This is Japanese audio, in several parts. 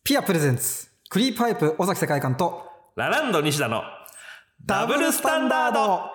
ピアプレゼンツクリープハイプ尾崎世界観とラランド西田のダブルスタンダード。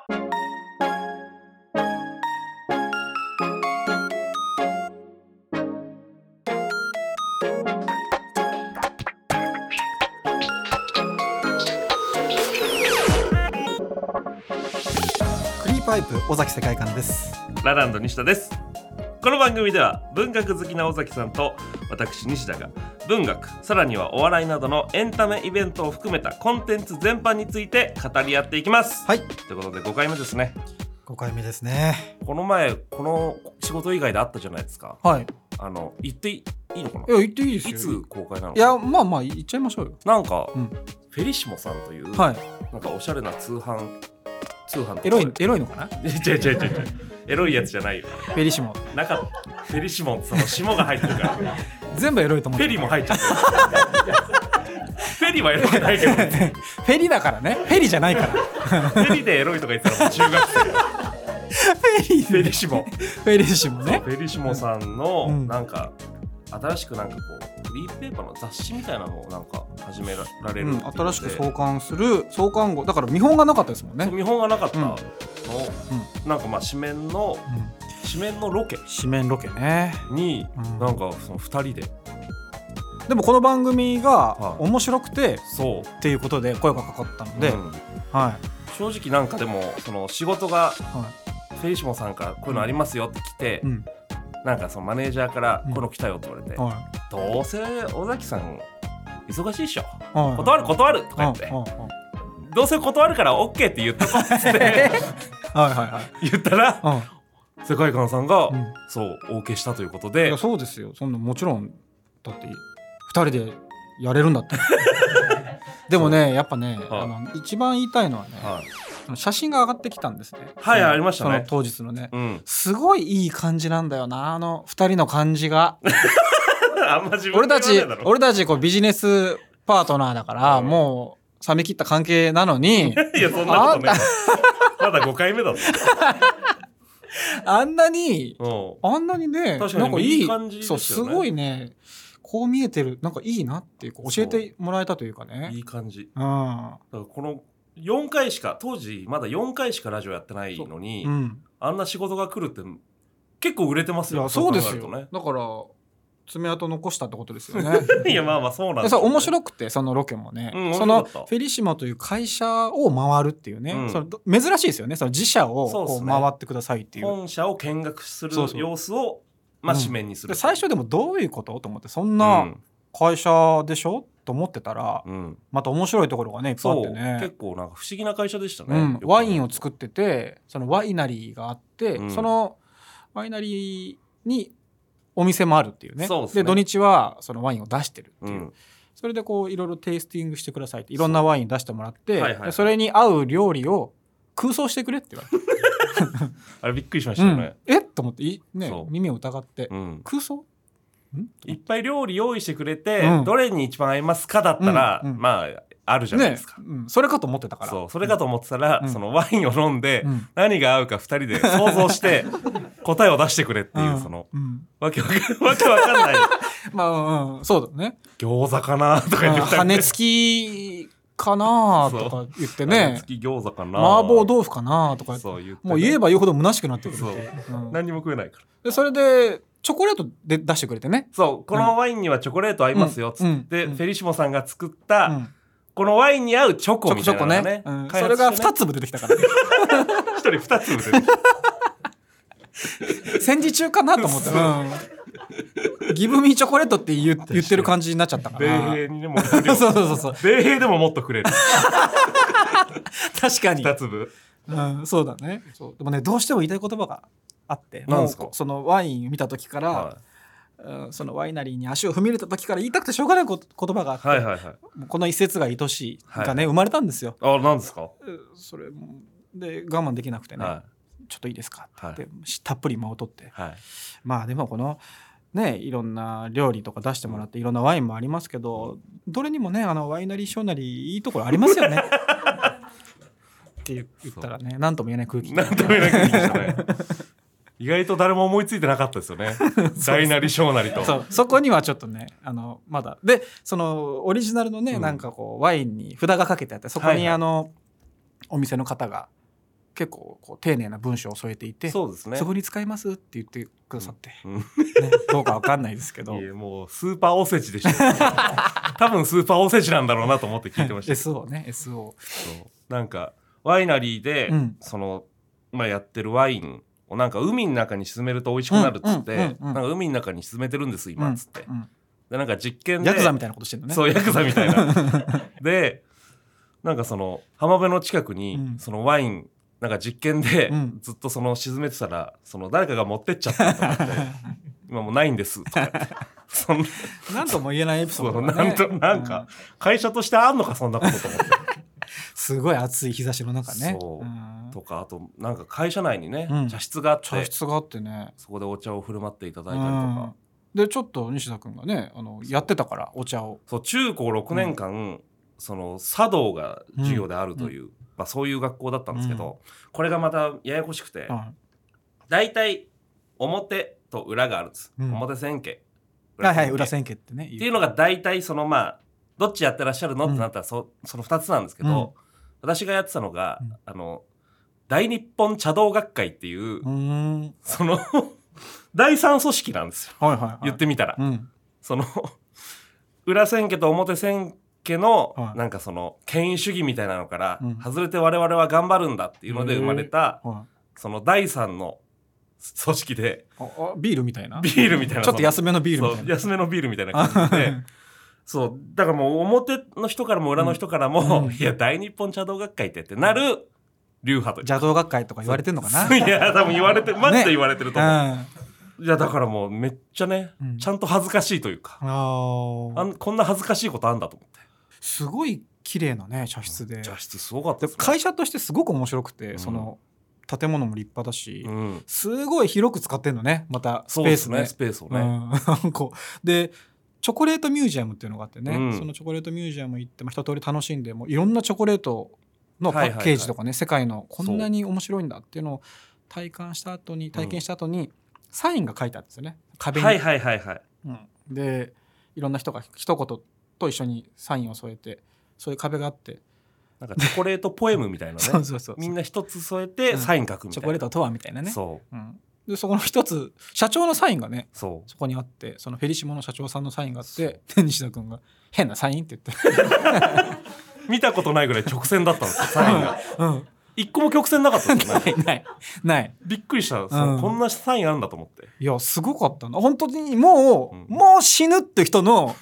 クリープハイプ尾崎世界観です。 ラランド西田です。この番組では文学好きな尾崎さんと私西田が文学、さらにはお笑いなどのエンタメイベントを含めたコンテンツ全般について語り合っていきます。 はい、 ということで5回目ですね。 5回目ですね。 この前この仕事以外であったじゃないですか。 はい。 言っていいのかな。 いや、言っていいですよ。 いつ公開なのか。 いや、まあ言っちゃいましょうよ。 なんか、フェリシモさんという、 はい、 なんかおしゃれな通販エロいのかな。 違うエロいやつじゃないよ。 フェリシモなんかフェリシモン、その霜が入ってるから全部エロいと思ってフェリも入っちゃってるフェリはエロくないけどフェリだからね。フェリじゃないからフェリでエロいとか言ったらもう中学生フェリシモフェリシモね。 フェリシモさんのなんか、新しくなんかこうフリーペーパーの雑誌みたいなのをなんか始められる、 新しく創刊する創刊号だから見本がなかったですもんね。 見本がなかったの、なんかまあ紙面のロケねに、なんかその2人でもこの番組が面白くて、 そうっていうことで声がかかったので、 正直なんかでもその仕事が、フェリシモさんからこういうのありますよって来て、なんかそのマネージャーからこの来たよって言われて、どうせ尾崎さん忙しいっしょ、断るとか言って、どうせ断るから OK って言ったこって言ったら、世界観さんが、そう OK したということで。 いやそうですよ。そんなもちろんだって2人でやれるんだってでもねやっぱね、一番言いたいのはね、写真が上がってきたんですね。 ありましたね。 その当日のね、すごいいい感じなんだよな、2人の感じがあんま自分で言わないだろ。 俺たちこうビジネスパートナーだから、もう冷め切った関係なのにいやそんなことねまだ5回目だぞあんなにね、 確かにいい感じですよね。 そうすごいね、こう見えてる、なんかいいなっていう教えてもらえたというかね、 いい感じ。 だからこの4回しか、当時まだ4回しかラジオやってないのに、あんな仕事が来るって結構売れてますよ。 いやそうですよ、ね、だから爪痕残したってことですよねいやまあそうなんですよ、 ね、面白くてそのロケもね、そのフェリシモという会社を回るっていうね、その珍しいですよね。その自社をこう回ってくださいっていう、 本社を見学する様子を紙面にする、 最初でもどういうことと思って、そんな会社でしょと思ってたら、また面白いところがねいっぱいあってね、 結構なんか不思議な会社でしたね、 ワインを作ってて、そのワイナリーがあって、そのワイナリーにお店もあるっていうね。で土日はそのワインを出してるっていう、それでこういろいろテイスティングしてくださいっていろんなワイン出してもらって、それに合う料理を空想してくれって言われてあれびっくりしましたよね、 と思って耳を疑って、空想いっぱい料理用意してくれて、どれに一番合いますかだったら、まああるじゃないですか、 それかと思ってたから、 それかと思ってたら、そのワインを飲んで、何が合うか2人で想像して答えを出してくれっていう、その、わけわかんないまあ、そうだね、 餃子かなとか言って羽根付きかなとか言ってね、 羽根付き餃子かな、 麻婆豆腐かなとかもう言えば言うほど虚しくなってくるって、 何にも食えないから。 でそれでチョコレートで出してくれてね、 このワインにはチョコレート合いますよっつって、フェリシモさんが作った、このワインに合うチョコみたいなのがね、 それが2粒出てきたからね 1人2粒出てきた戦時中かなと思って、ギブミーチョコレートって言ってる感じになっちゃったから、 米兵にでもそう米兵でももっとくれる確かに 2粒、 そうだね。でもね、どうしても言いたい言葉があって、 なんですか？ そのワイン見た時から、そのワイナリーに足を踏み入れた時から言いたくてしょうがない言葉があって、この一節が愛しいがね、生まれたんですよ。 なんですか？ それで我慢できなくてね、ちょっといいですかってたっぷり間を取って、まあでもこのね、いろんな料理とか出してもらって、いろんなワインもありますけど、どれにもね、ワイナリーショーナリーいいところありますよねって言ったらね、なんとも言えない空気でしたね意外と誰も思いついてなかったですよね大なり小なりと。 そこにはちょっとねまだでそのオリジナルのね、なんかこうワインに札がかけてあってそこにお店の方が結構こう丁寧な文章を添えていて、 そうですね、 そこに使いますって言ってくださって、ね、どうか分かんないですけどもうスーパーおせちでした多分スーパーおせちなんだろうなと思って聞いてました SO ね SO なんかワイナリーで、そのやってるワインをなんか海の中に沈めると美味しくなるっつって、なんか海の中に沈めてるんです今っつって、でなんか実験でヤクザみたいなことしてるのね。 そうヤクザみたいなでなんかその浜辺の近くにそのワインなんか実験でずっとその沈めてたらその誰かが持ってっちゃったと思って今もうないんですとかそんななんとも言えないエピソードがねなんか会社としてあんのかそんなことと思ってすごい暑い日差しの中ね。 そう、とかあとなんか会社内にね、茶室があってねそこでお茶を振る舞っていただいたりとか、 でちょっと西田君がねやってたからお茶をそう中高6年間、その茶道が授業であるという、そういう学校だったんですけど、これがまたややこしくて、だいたい表と裏があるんです、表千家裏千家ってねっていうのがだいたいそのどっちやってらっしゃるのってなったらその2つなんですけど、私がやってたのが、大日本茶道学会っていうその第三組織なんですよ、言ってみたら、その裏千家と表千家のなんかその権威主義みたいなのから外れて我々は頑張るんだっていうので生まれたその第三の組織で、 ビールみたいなちょっと安めのビールみたいな安めのビールみたいな感じでそうだからもう表の人からも裏の人からも、いや大日本茶道学会ってなる流派というか茶道学会とか言われてんのかな。 いや多分言われてマジで言われてると思う、いやだからもうめっちゃね、ちゃんと恥ずかしいというか、こんな恥ずかしいことあんだと思って、 すごい綺麗なね茶室で、 茶室すごかったですね。 会社としてすごく面白くて、その建物も立派だし、すごい広く使ってんのね、またスペースね、 スペースをね、 でチョコレートミュージアムっていうのがあってね、そのチョコレートミュージアム行って、一通り楽しんでもいろんなチョコレートのパッケージとかね、世界のこんなに面白いんだっていうのを体験した後にサインが書いてあるんですよね、壁に。でいろんな人が一言と一緒にサインを添えて、そういう壁があって、 なんかチョコレートポエムみたいなねみんな一つ添えてサイン書くみたいな、 チョコレートとはみたいなね。 そう、 でそこの一つ社長のサインがねそこにあって、そのフェリシモの社長さんのサインがあって、西田君が変なサインって言って見たことないぐらい直線だったんですよサインが、一個も曲線なかったですよねないびっくりした、こんなサインあるんだと思って。 いやすごかったな本当に。もう死ぬって人の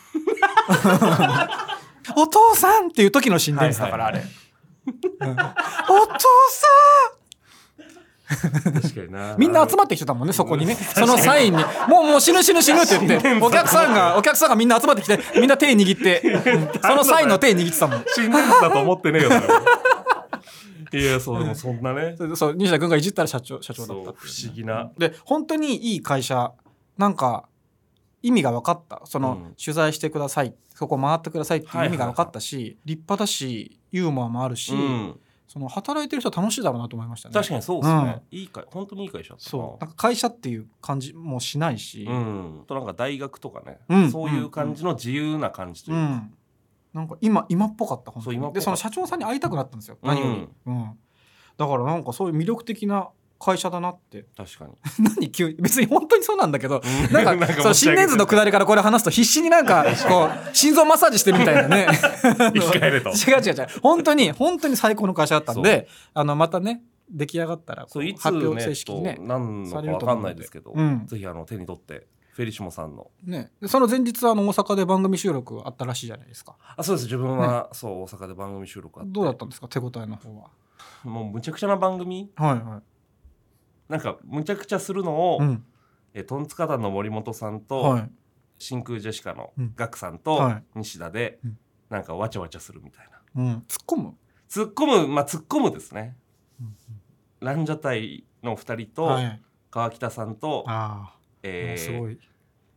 お父さんっていう時の心電図だから、あれお父さん確かになみんな集まってきてたもんね、そこにねそのサインにもう死ぬって言ってお客さんがみんな集まってきて、みんな手握ってそのサインの手握ってたもん。 心電図だと思ってねえよいやそうでもそんなねそう西田君がいじったら社長だったっていう、ね、 不思議なで本当にいい会社、なんか意味が分かった、その、取材してください、そこ回ってくださいっていう意味が分かったし、立派だしユーモアもあるし、その働いてる人は楽しいだろうなと思いましたね。 確かにそうですね、本当にいい会社だったな。 そうなんか会社っていう感じもしないし、 となんか大学とかね、そういう感じの自由な感じというか、 なんか今っぽかった本当に。でその社長さんに会いたくなったんですよ、何より、だからなんかそういう魅力的な会社だなって。 確かに何急に、別に本当にそうなんだけど、なんかその心電図の下りからこれ話すと必死になんかこう心臓マッサージしてるみたいなね生き返れと違う本当に最高の会社だったんで、またね出来上がったらいつ発表正式にね何のか分かんないですけど、ぜひ手に取ってフェリシモさんのね、その前日大阪で番組収録あったらしいじゃないですか。 そうです、自分は、そう大阪で番組収録あって。 どうだったんですか、手応えの方は。 もうむちゃくちゃな番組、なんかむちゃくちゃするのを、トンツカタンの森本さんと、真空ジェシカのガクさんと西田で、なんかわちゃわちゃするみたいな、 突っ込むですね、ランジャタイの2人と、川北さんとすごい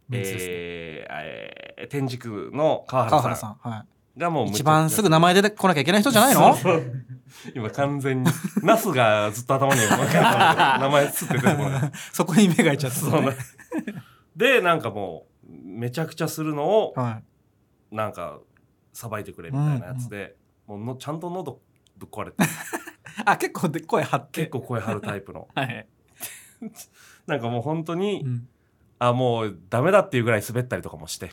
天竺の川原さん、がもう一番すぐ名前出てこなきゃいけない人じゃないの今完全にナスがずっと頭に名前つって出てこないそこに目がいっちゃった、ね、そうでなんかもうめちゃくちゃするのを、はい、なんかさばいてくれみたいなやつで、もうちゃんと喉ぶっ壊れてあ、結構で声張って、 結構声張るタイプの、 はい、 なんかもう本当に、もうダメだっていうぐらい滑ったりとかもして、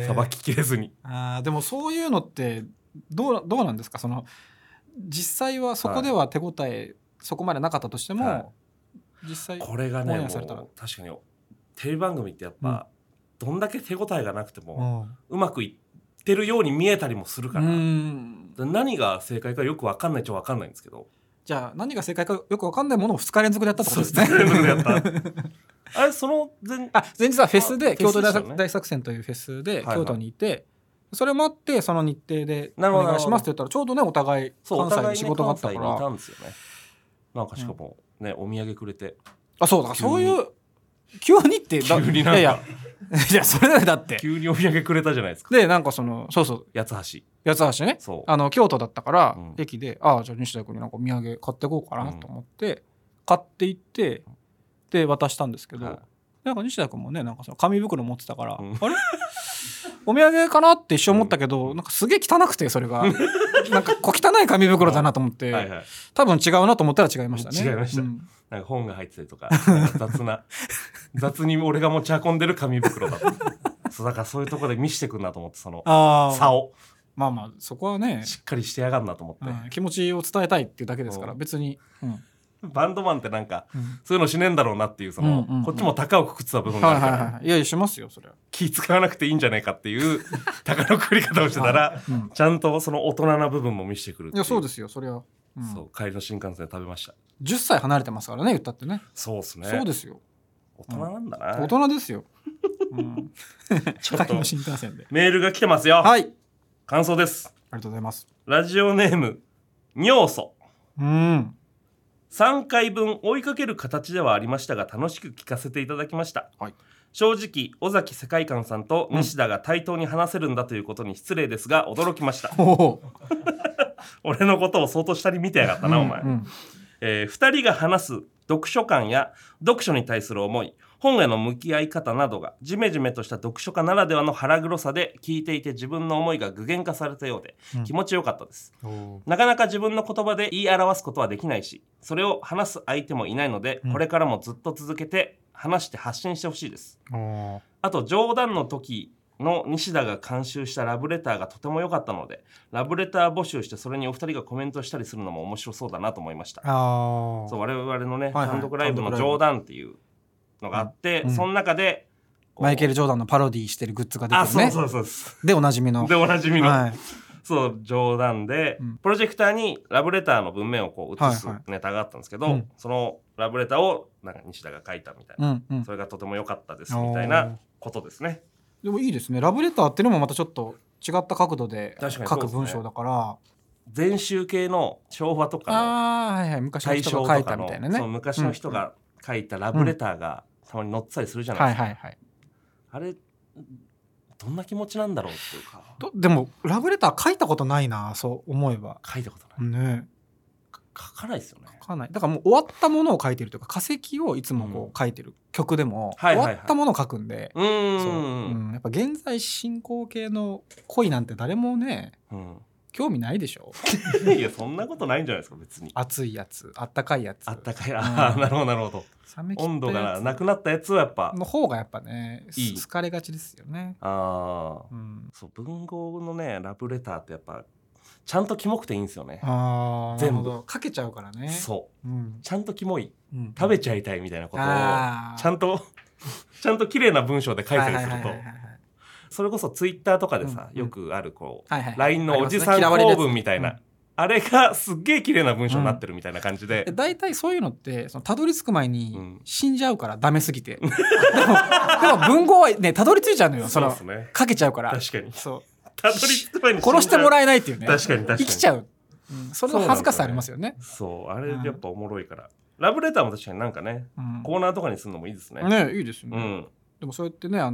さばききれずに。 でもそういうのってどうなんですか？その実際はそこでは手応え、そこまでなかったとしても、はい、実際これがね、もう確かにテレビ番組ってやっぱ、どんだけ手応えがなくても、うまくいってるように見えたりもするから、何が正解かよく分かんないっちゃ分かんないんですけど、 じゃあ何が正解かよく分かんないものを2日連続でやったってことですね。 2日連続でやったあれその前日はフェスで京都大作戦というフェスで京都にいて、はいはい、それもあってその日程でお願いしますって言ったらちょうどねお互い関西で仕事があったから、 関西にいたんですよね。なんかしかもね、お土産くれて、 そうだ、そういう急にって急になんかいやそれだって急にお土産くれたじゃないですか。 でなんかそう八橋ね、京都だったから、駅でじゃあ西田君になんかお土産買ってこうかなと思って、買って行ってで渡したんですけど、なんか西田君もねなんかその紙袋持ってたから、あれお土産かなって一瞬思ったけど、なんかすげえ汚くてそれがなんか小汚い紙袋だなと思って、多分違うなと思ったら違いましたね。 違いました、なんか本が入ってたりとか雑に俺が持ち運んでる紙袋だったそうだからそういうところで見せてくんなと思って、その差をまあそこはねしっかりしてやがんなと思って、 気持ちを伝えたいっていうだけですから別に、 バンドマンってなんか、そういうのしねえんだろうなっていうその、こっちも高をくくってた部分があるから、 いやしますよそれは。 気使わなくていいんじゃないかっていう高のくくり方をしてたら、ちゃんとその大人な部分も見せてくるっていう。 いやそうですよそれは。 そう帰りの新幹線で食べました。 10歳離れてますからね言ったってね。 そうですね。 そうですよ。 大人なんだな。 大人ですよ。 ちょっと帰りの新幹線でメールが来てますよ。 はい。 感想です。 ありがとうございます。 ラジオネーム尿素。3回分追いかける形ではありましたが楽しく聞かせていただきました、はい、正直尾崎世界観さんと西田が対等に話せるんだということに失礼ですが驚きました、俺のことを相当下に見てやがったな、お前、2人が話す読書感や読書に対する思い、本への向き合い方などがジメジメとした読書家ならではの腹黒さで聞いていて自分の思いが具現化されたようで気持ちよかったです、なかなか自分の言葉で言い表すことはできないし、それを話す相手もいないので、これからもずっと続けて話して発信してほしいです。あと冗談の時の西田が監修したラブレターがとても良かったのでラブレター募集してそれにお二人がコメントしたりするのも面白そうだなと思いました。そう我々のね、単独ライブの冗談っていうのがあって、その中でマイケル・ジョーダンのパロディしてるグッズが出てるね。 そうでおなじみのそう冗談で、プロジェクターにラブレターの文面をこう映すネタがあったんですけど、そのラブレターをなんか西田が書いたみたいな、それがとても良かったですみたいなことですね。 でもいいですね。ラブレターっていうのもまたちょっと違った角度で書く文章だから、 前集系の昭和とかの昔の人が書いたみたいなね、 昔の人が書いたラブレターがたまに載ってたりするじゃないですか、あれどんな気持ちなんだろうっていうか。 でもラブレター書いたことないな、そう思えば。 書いたことないね。書かないですよね。 書かない。だからもう終わったものを書いてるというか化石をいつもこう書いてる、曲でも終わったものを書くんで、やっぱ現在進行形の恋なんて誰もね、興味ないでしょいやそんなことないんじゃないですか別に。 熱いやつ、あったかいやつ、 あったかい、なるほどなるほど。温度がなくなったやつはやっぱの方がやっぱね好かれがちですよね。 そう文豪のねラブレターってやっぱちゃんとキモくていいんですよね。 全部かけちゃうからね。 そう、ちゃんとキモい、食べちゃいたいみたいなことをちゃんと綺麗な文章で書いたりすると、それこそツイッターとかでさ、よくあるこう LINE のおじさん構文みたいな、あれがすっげえ綺麗な文章になってるみたいな感じで、 だいたいそういうのってたどり着く前に死んじゃうから、ダメすぎてでも文豪はねたどり着いちゃうのよ。 そうですね、 かけちゃうから。 確かにそうたどり着く前に殺してもらえないっていうね。 確かに生きちゃう、それの恥ずかしさありますよね。 そうあれやっぱおもろいから、ラブレターも確かになんかね、コーナーとかにするのもいいですね。 ね、いいですね。でもそうやってね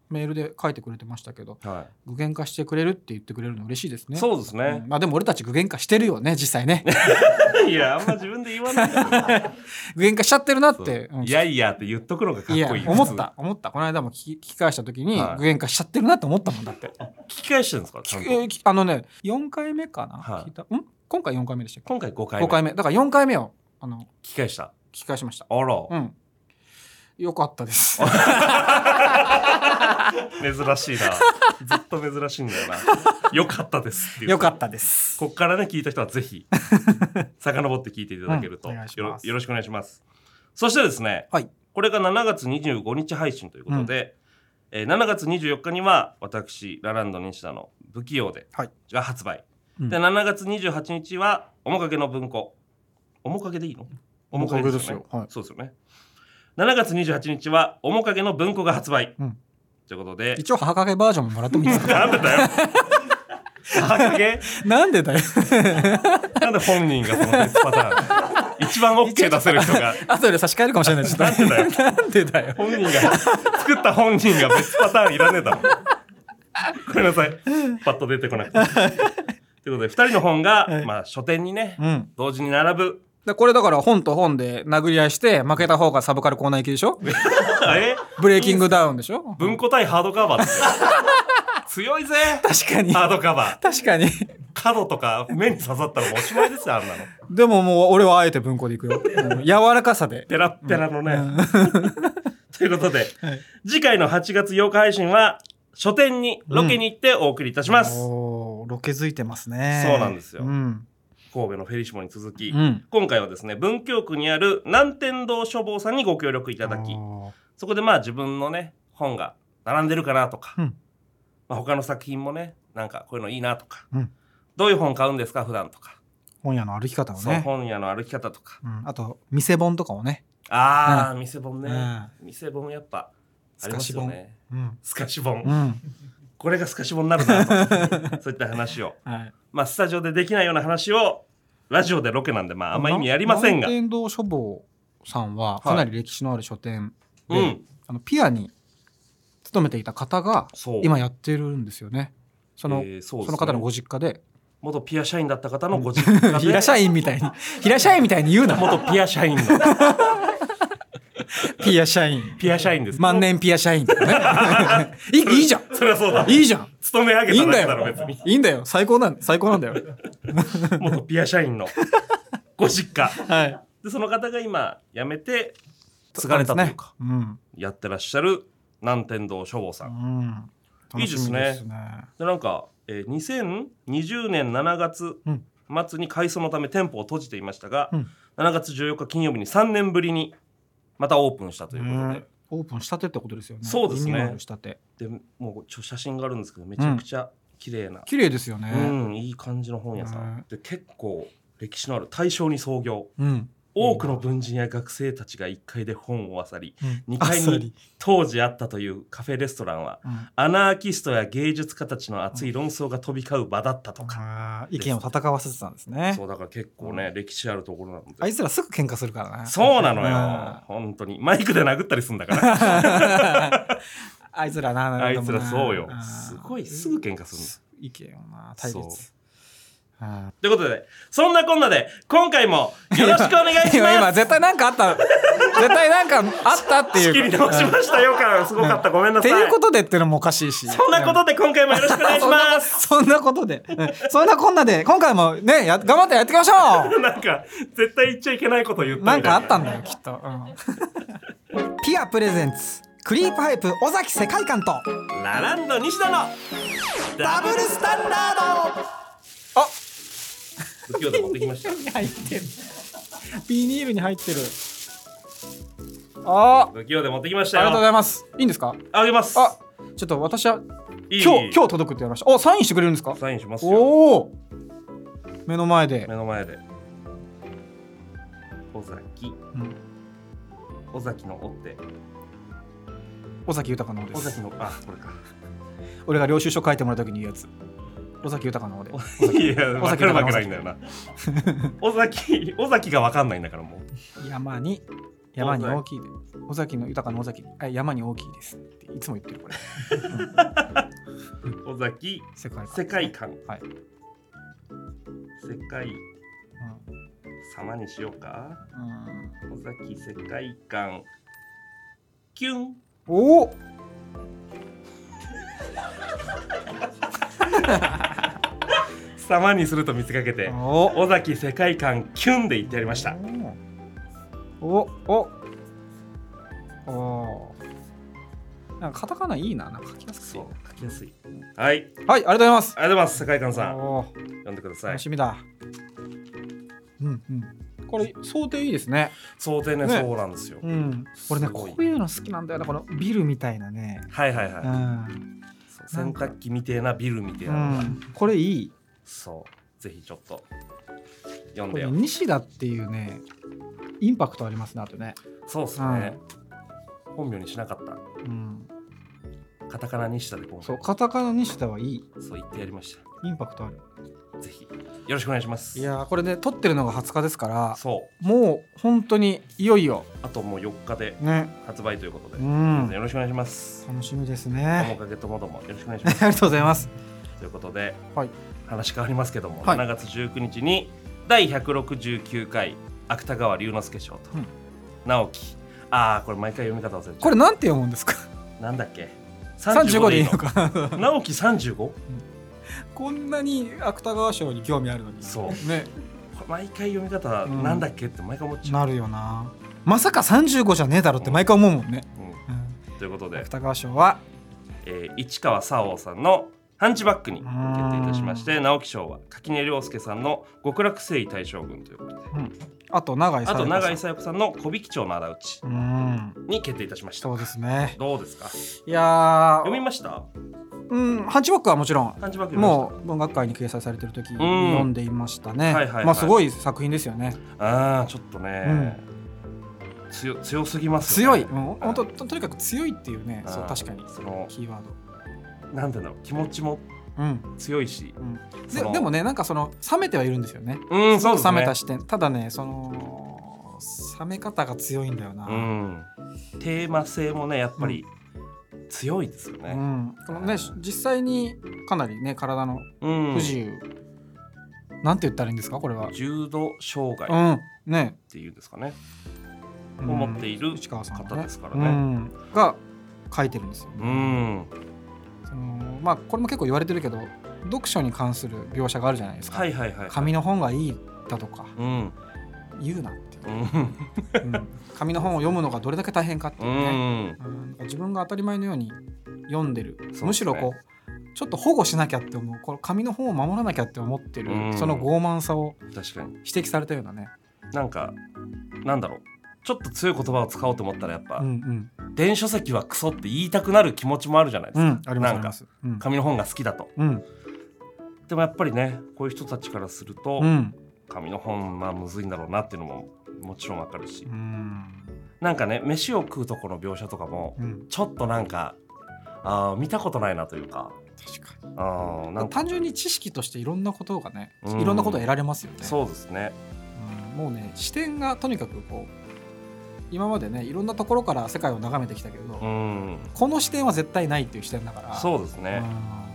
メールで書いてくれてましたけど、 はい、 具現化してくれるって言ってくれるの嬉しいですね。 そうですね、 まあでも俺たち具現化してるよね実際ねいやあんま自分で言わない具現化しちゃってるなって、 いやいやって言っとくのがかっこいい。 いや思ったこの間も聞き返した時に、具現化しちゃってるなって思ったもんだって。 聞き返してるんですかちゃんと。 4回目かな、聞いた今回4回目でしたっけ。 今回5 回目だから4回目を聞き返しました。 あら、よかったです珍しいなずっと珍しいんだよなよかったですっていう。 よかったです。 こっからね聞いた人はぜひ遡って聞いていただけると、よろしくお願いします。そしてですね、はい、これが7月25日配信ということで、7月24日には私ラランド西田の不器用でが発売、で7月28日は面影の文庫、面影でいいの？面影ですよね。そうですよね。7月28日は面影の文庫が発売、ということで一応母影バージョンももらってもいいですかなんでだよ母影なんでだよなんで本人がその別パターン一番 OK 出せる人が後で差し替えるかもしれない。 なんでだよなんでだよ本人が作った本人が別パターンいらねえだろごめんなさいパッと出てこなくてということで2人の本が、まあ、書店にね、同時に並ぶ。 これだから本と本で殴り合いして負けた方がサブカルコーナー行きでしょブレイキングダウンでしょ。 文庫対ハードカバーって強いぜ。 確かにハードカバー確かに角とか目に刺さったらもうおしまいですよあんなの。 でももう俺はあえて文庫でいくよ柔らかさでペラッペラのね、ということで、次回の8月8日配信は書店にロケに行ってお送りいたします、 ロケづいてますね。 そうなんですよ、神戸のフェリシモに続き、今回はですね文京区にある南天堂書房さんにご協力いただき、そこでまあ自分のね本が並んでるかなとか、まあ、他の作品もねなんかこういうのいいなとか、どういう本買うんですか普段とか、 本屋の歩き方をね。 そう本屋の歩き方とか、 あと店本とかをね。 店本ね、店本やっぱありますよね。スカシ本、これがスカシ本になるなとそういった話を、まあスタジオでできないような話をラジオでロケなんでまああんま意味ありませんが、 南天堂書房さんはかなり歴史のある書店で、ピアに勤めていた方が今やってるんですよね。その方のご実家で元ピア社員だった方のご実家で平社員みたいに言うな。 元ピア社員のピア社員です。 万年ピア社員とかねいいじゃん。 そりゃそうだ。 いいじゃん。 勤め上げただけだろ別に。 いいんだよ。最高なんだよ。 元ピア社員のご実家。でその方が今辞めて継がれたというか、やってらっしゃる南天堂書房さん。いいですね。でなんか、2020年7月末に改装のため店舗を閉じていましたが、7月14日金曜日に3年ぶりにまたオープンしたということで、 オープンしたてってことですよね。 そうですね。 リニューアルしたてでもう写真があるんですけどめちゃくちゃ綺麗ですよね。 いい感じの本屋さんで結構歴史のある大正に創業、多くの文人や学生たちが1階で本を漁り、2階に当時あったというカフェレストランは、アナーキストや芸術家たちの熱い論争が飛び交う場だったとか、 意見を戦わせてたんですね。 そうだから結構ね、歴史あるところなので、 あいつらすぐ喧嘩するからね。 そうなのよ、本当にマイクで殴ったりするんだからあいつらそうよ、すごいすぐ喧嘩するんです。 意見を対立ということでそんなこんなで今回もよろしくお願いします。 今絶対なんかあったっていう仕切り直しましたよからすごかった、ごめんなさい。 っていうことでってのもおかしいし、 そんなことで今回もよろしくお願いしますそんなことでそんなこんなで今回もね頑張ってやっていきましょうなんか絶対言っちゃいけないこと言ったなんかあったんだよきっと、ピアプレゼンツクリープハイプ尾崎世界観とラランド西田のダブルスタンダード。不器用で持ってきました入ってるビニールに入ってる。 不器用で持ってきましたよ。 ありがとうございます。いいんですか？ あげます。 ちょっと私は今日届くって言われました。サインしてくれるんですか？ サインしますよ。 おお、目の前で尾崎、尾崎の尾って尾崎豊の尾です。 尾崎のこれか俺が領収書書いてもらうときに言うやつ。尾崎豊の尾で。 いや分かるわけないんだよな尾崎が分かんないんだからもう。 山に山に大きいで尾崎の豊かな尾崎山に大きいですっていつも言ってるこれ尾崎世界観、はい、世界様にしようか、尾崎世界観キュン。 おお様にすると見せかけて尾崎世界観キュンで言ってやりました。 なんかカタカナいいな、なんか書きやすい。 そう書きやすい。はい、 はい、ありがとうございます。 ありがとうございます。世界観さん読んでください。 楽しみだ。これ想定いいですね。 想定ね、そうなんですよ。 これね、こういうの好きなんだよな、このビルみたいなね。 はいはいはい。洗濯機みたいなビルみたいな。 これいい。 そう、ぜひちょっと読んでよ。 西田っていうね、インパクトありますね、あとね。 そうですね。本名にしなかった。カタカナ西田で今回。 そう、カタカナ西田はいい。 そう言ってやりました。 インパクトある。 ぜひよろしくお願いします。 いやこれね、撮ってるのが20日ですから、 そうもう本当にいよいよあともう4日で発売ということで、よろしくお願いします。 楽しみですね。 おかげともどもよろしくお願いします。 ありがとうございます。 ということで、話変わりますけども、7月19日に第169回芥川龍之介賞と、直樹、これ毎回読み方忘れちゃう。 これなんて読むんですか。 なんだっけ、 35でいいのか。 直樹 35？ こんなに芥川賞に興味あるのに。 そうね、 毎回読み方なんだっけって毎回思っちゃう。 なるよな。まさか35じゃねえだろって毎回思うもんね。 ということで芥川賞は、 市川沙央さんのハンチバックに決定いたしまして、直木賞は垣根涼介さんの極楽征夷大将軍ということで、あと永井紗耶子さんの小引町の仇討ちに決定いたしました。 そうですね。 どうですか。 いや読みました。 ハンチバックはもちろんもう文学界に掲載されてる時読んでいましたね。すごい作品ですよね。 ちょっとね、強すぎますよね。 強い、本当とにかく強いっていうね。そう、確かにそのキーワードなんていうの、気持ちも強いし、 でもね、なんかその冷めてはいるんですよね。 そう冷めた視点。ただね、その冷め方が強いんだよな。 テーマ性もね、やっぱり強いですよね。 このね、実際にかなりね、体の不自由、なんて言ったらいいんですか、これは。 重度障害っていうんですかね。を持っている方ですからね。 が書いてるんですよ。これも結構言われてるけど、読書に関する描写があるじゃないですか。紙の本がいいだとか言うなっていう。紙の本を読むのがどれだけ大変かっていうね。自分が当たり前のように読んでる、むしろこうちょっと保護しなきゃって思う、この紙の本を守らなきゃって思ってる、その傲慢さを指摘されたようなね。 なんかなんだろう、ちょっと強い言葉を使おうと思ったらやっぱ、電子書籍はクソって言いたくなる気持ちもあるじゃないですか。なんか紙の本が好きだと。でもやっぱりね、こういう人たちからすると、紙の本むずいんだろうなっていうのももちろんわかるし、なんかね、飯を食うとこの描写とかも、ちょっとなんか見たことないなというか。 確かに。なんか単純に知識としていろんなことがね、いろんなことを得られますよね。 そうですね。 もうね、視点がとにかくこう、今までね、いろんなところから世界を眺めてきたけど、この視点は絶対ないっていう視点だから。 そうですね。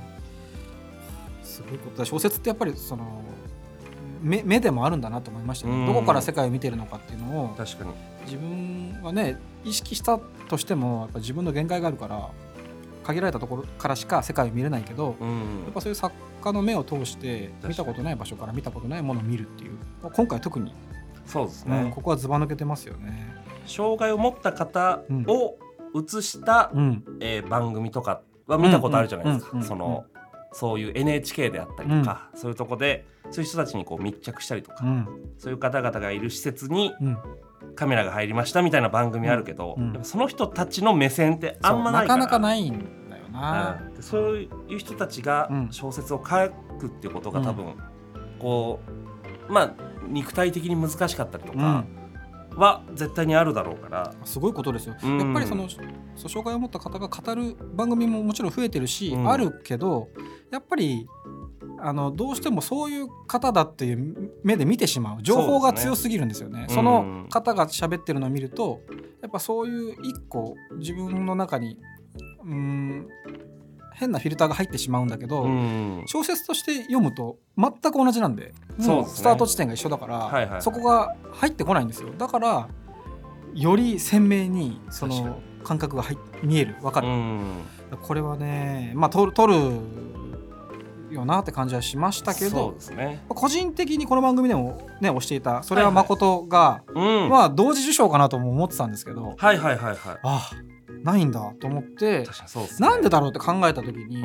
すごいことだ。小説ってやっぱりその目でもあるんだなと思いましたね。どこから世界を見てるのかっていうのを、 確かに自分はね、意識したとしてもやっぱ自分の限界があるから、限られたところからしか世界を見れないけど、やっぱそういう作家の目を通して見たことない場所から見たことないものを見るっていう、今回特にそうですね、 ここはずば抜けてますよね。 障害を持った方を映した番組とかは見たことあるじゃないですか。そういう NHK であったりとか、そういうとこでそういう人たちにこう密着したりとか、そういう方々がいる施設にカメラが入りましたみたいな番組あるけど、その人たちの目線ってあんまないから、 なかなかないんだよな。 そういう人たちが小説を書くっていうことが多分こう肉体的に難しかったりとかは絶対にあるだろうから、 すごいことですよ。やっぱりその障害を持った方が語る番組ももちろん増えてるし、あるけど、やっぱりどうしてもそういう方だっていう目で見てしまう情報が強すぎるんですよね。その方が喋ってるのを見るとやっぱそういう一個自分の中に変なフィルターが入ってしまうんだけど、小説として読むと全く同じなんで、もうスタート地点が一緒だから、そこが入ってこないんですよ。だからより鮮明にその感覚が見える、分かる。これはね、取るよなって感じはしましたけど、そうですね、個人的にこの番組でもね推していたそれは誠が、同時受賞かなとも思ってたんですけど、ないんだと思って、なんでだろうって考えた時に、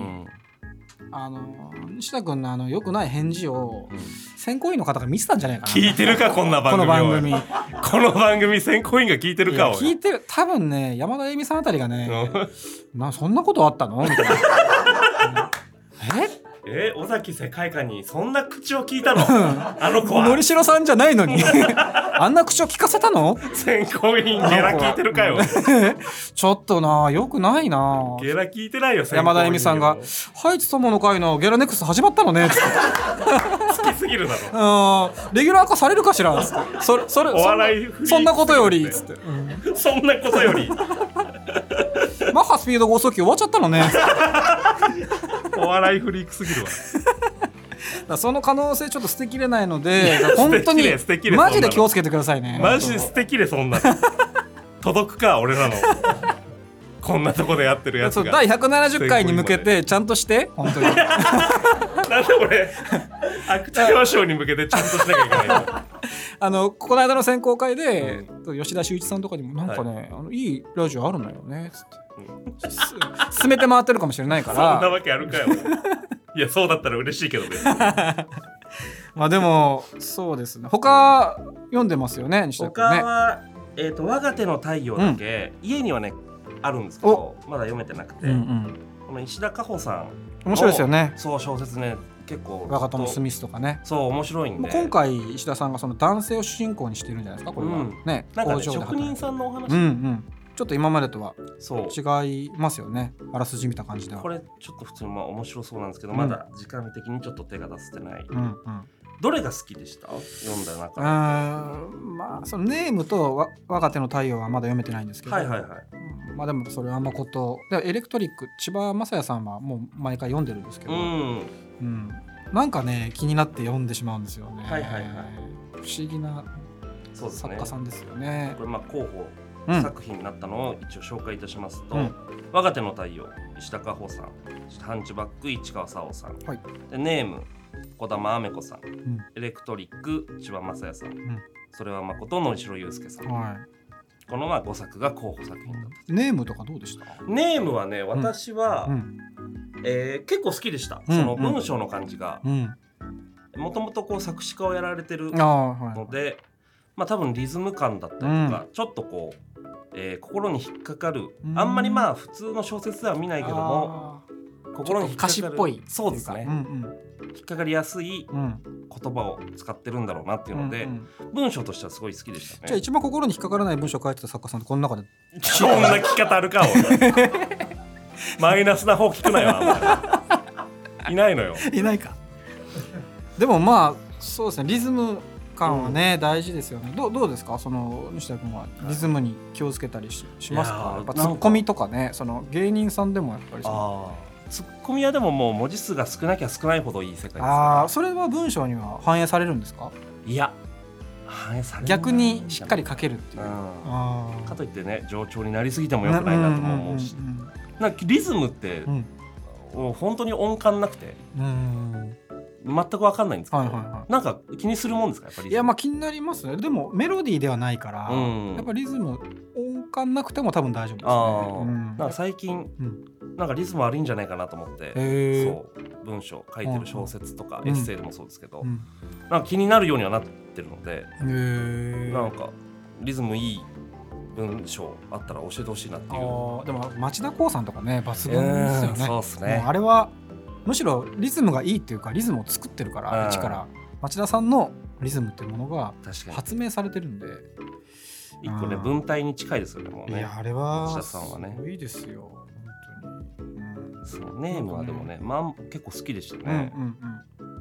西田君の良くない返事を選考委員の方が見てたんじゃないかな。 聞いてるかこんな番組。この番組選考委員が聞いてるか。 聞いてる。多分ね、山田恵美さんあたりがねそんなことあったのみたいな尾崎世界観にそんな口を聞いたのあの子は。 のりしろさんじゃないのにあんな口を聞かせたの。 選考委員ゲラ聞いてるかよちょっとな、よくないな。 ゲラ聞いてないよ。 山田恵美さんがハイツ友の会のゲラネクスト始まったのね好きすぎるだろレギュラー化されるかしらつってお笑いそんなことよりつって、 そんなことよりマッハスピード剛速球終わっちゃったのねお笑いフリークすぎるわその可能性ちょっと捨てきれないので本当にマジで気をつけてくださいね。 マジで捨てきれ。そんなの届くか俺らのこんなとこでやってるやつが。 第170回に向けてちゃんとして本当になんで俺芥川賞に向けてちゃんとしなきゃいけないのこの間の選考会で、吉田修一さんとかにもなんかね、いいラジオあるのよねつって進めて回ってるかもしれないからそんなわけあるかよいやそうだったら嬉しいけどねでもそうですね。他読んでますよね西田君ね。 他は我が手の太陽だけ、家にはねあるんですけどまだ読めてなくて、この石田果歩さん面白いですよね。 そう小説ね結構我が友スミスとかね。 そう面白いんで、 今回石田さんがその男性を主人公にしてるんじゃないですかこれは、ね、 なんかね職人さんのお話、 ちょっと今までとは違いますよね。あらすじ見た感じではこれちょっと普通に面白そうなんですけど、まだ時間的にちょっと手が出せてない、どれが好きでした？読んだ中で。 そのネームと我が手の太陽はまだ読めてないんですけど、でもそれは誠エレクトリック千葉雅也さんはもう毎回読んでるんですけど、なんかね気になって読んでしまうんですよね。不思議な作家さんですよね。 これ候補作品になったのを一応紹介いたしますと、我が手の太陽石田果歩さん、ハンチバック市川沙央さん、でネーム児玉雨子さん、エレクトリック千葉雅也さん、それは誠のりしろ祐介さん、この5作が候補作品だった。 ネームとかどうでした？ ネームはね私は、結構好きでした。その文章の感じがもともと作詞家をやられてるので、多分リズム感だったりとか、ちょっと心に引っかかる、あんまり普通の小説では見ないけども心に引っかかる歌詞っぽい、 そうですね、引っかかりやすい言葉を使ってるんだろうなっていうので、文章としてはすごい好きでしたね。 じゃあ一番心に引っかからない文章を書いてた作家さんってこの中でそんな聞き方あるかマイナスな方聞くなよあんまりいないのよ。 いないか。でもそうですね、リズム感はね、大事ですよね。どうですか、その西田君はリズムに気をつけたり しますか？ツッコミとかね、その芸人さんでもやっぱりツッコミはでももう文字数が少なきゃ少ないほどいい世界ですから。 それは文章には反映されるんですか？ いや反映されない。 逆にしっかり書けるっていう、 かといってね冗長になりすぎてもよくないなとも思うし、なんかリズムって、本当に音感なくて全く分かんないんですけど、なんか気にするもんですかやっぱり。 いや気になりますね。でもメロディーではないから、やっぱリズム音感なくても多分大丈夫ですね。 なんか最近、なんかリズム悪いんじゃないかなと思って、そう文章書いてる小説とか、エッセイでもそうですけど、なんか気になるようにはなってるので、なんかリズムいい文章あったら教えてほしいなっていう。 でも町田光さんとかね抜群ですよね。 そうですね。 あれはむしろリズムがいいっていうかリズムを作ってるから一から町田さんのリズムっていうものが発明されてるんで、 一個ね文体に近いですよねもうね。 いやあれは町田さんはねいいですよ本当に。 そうネームはでもね結構好きでしたね。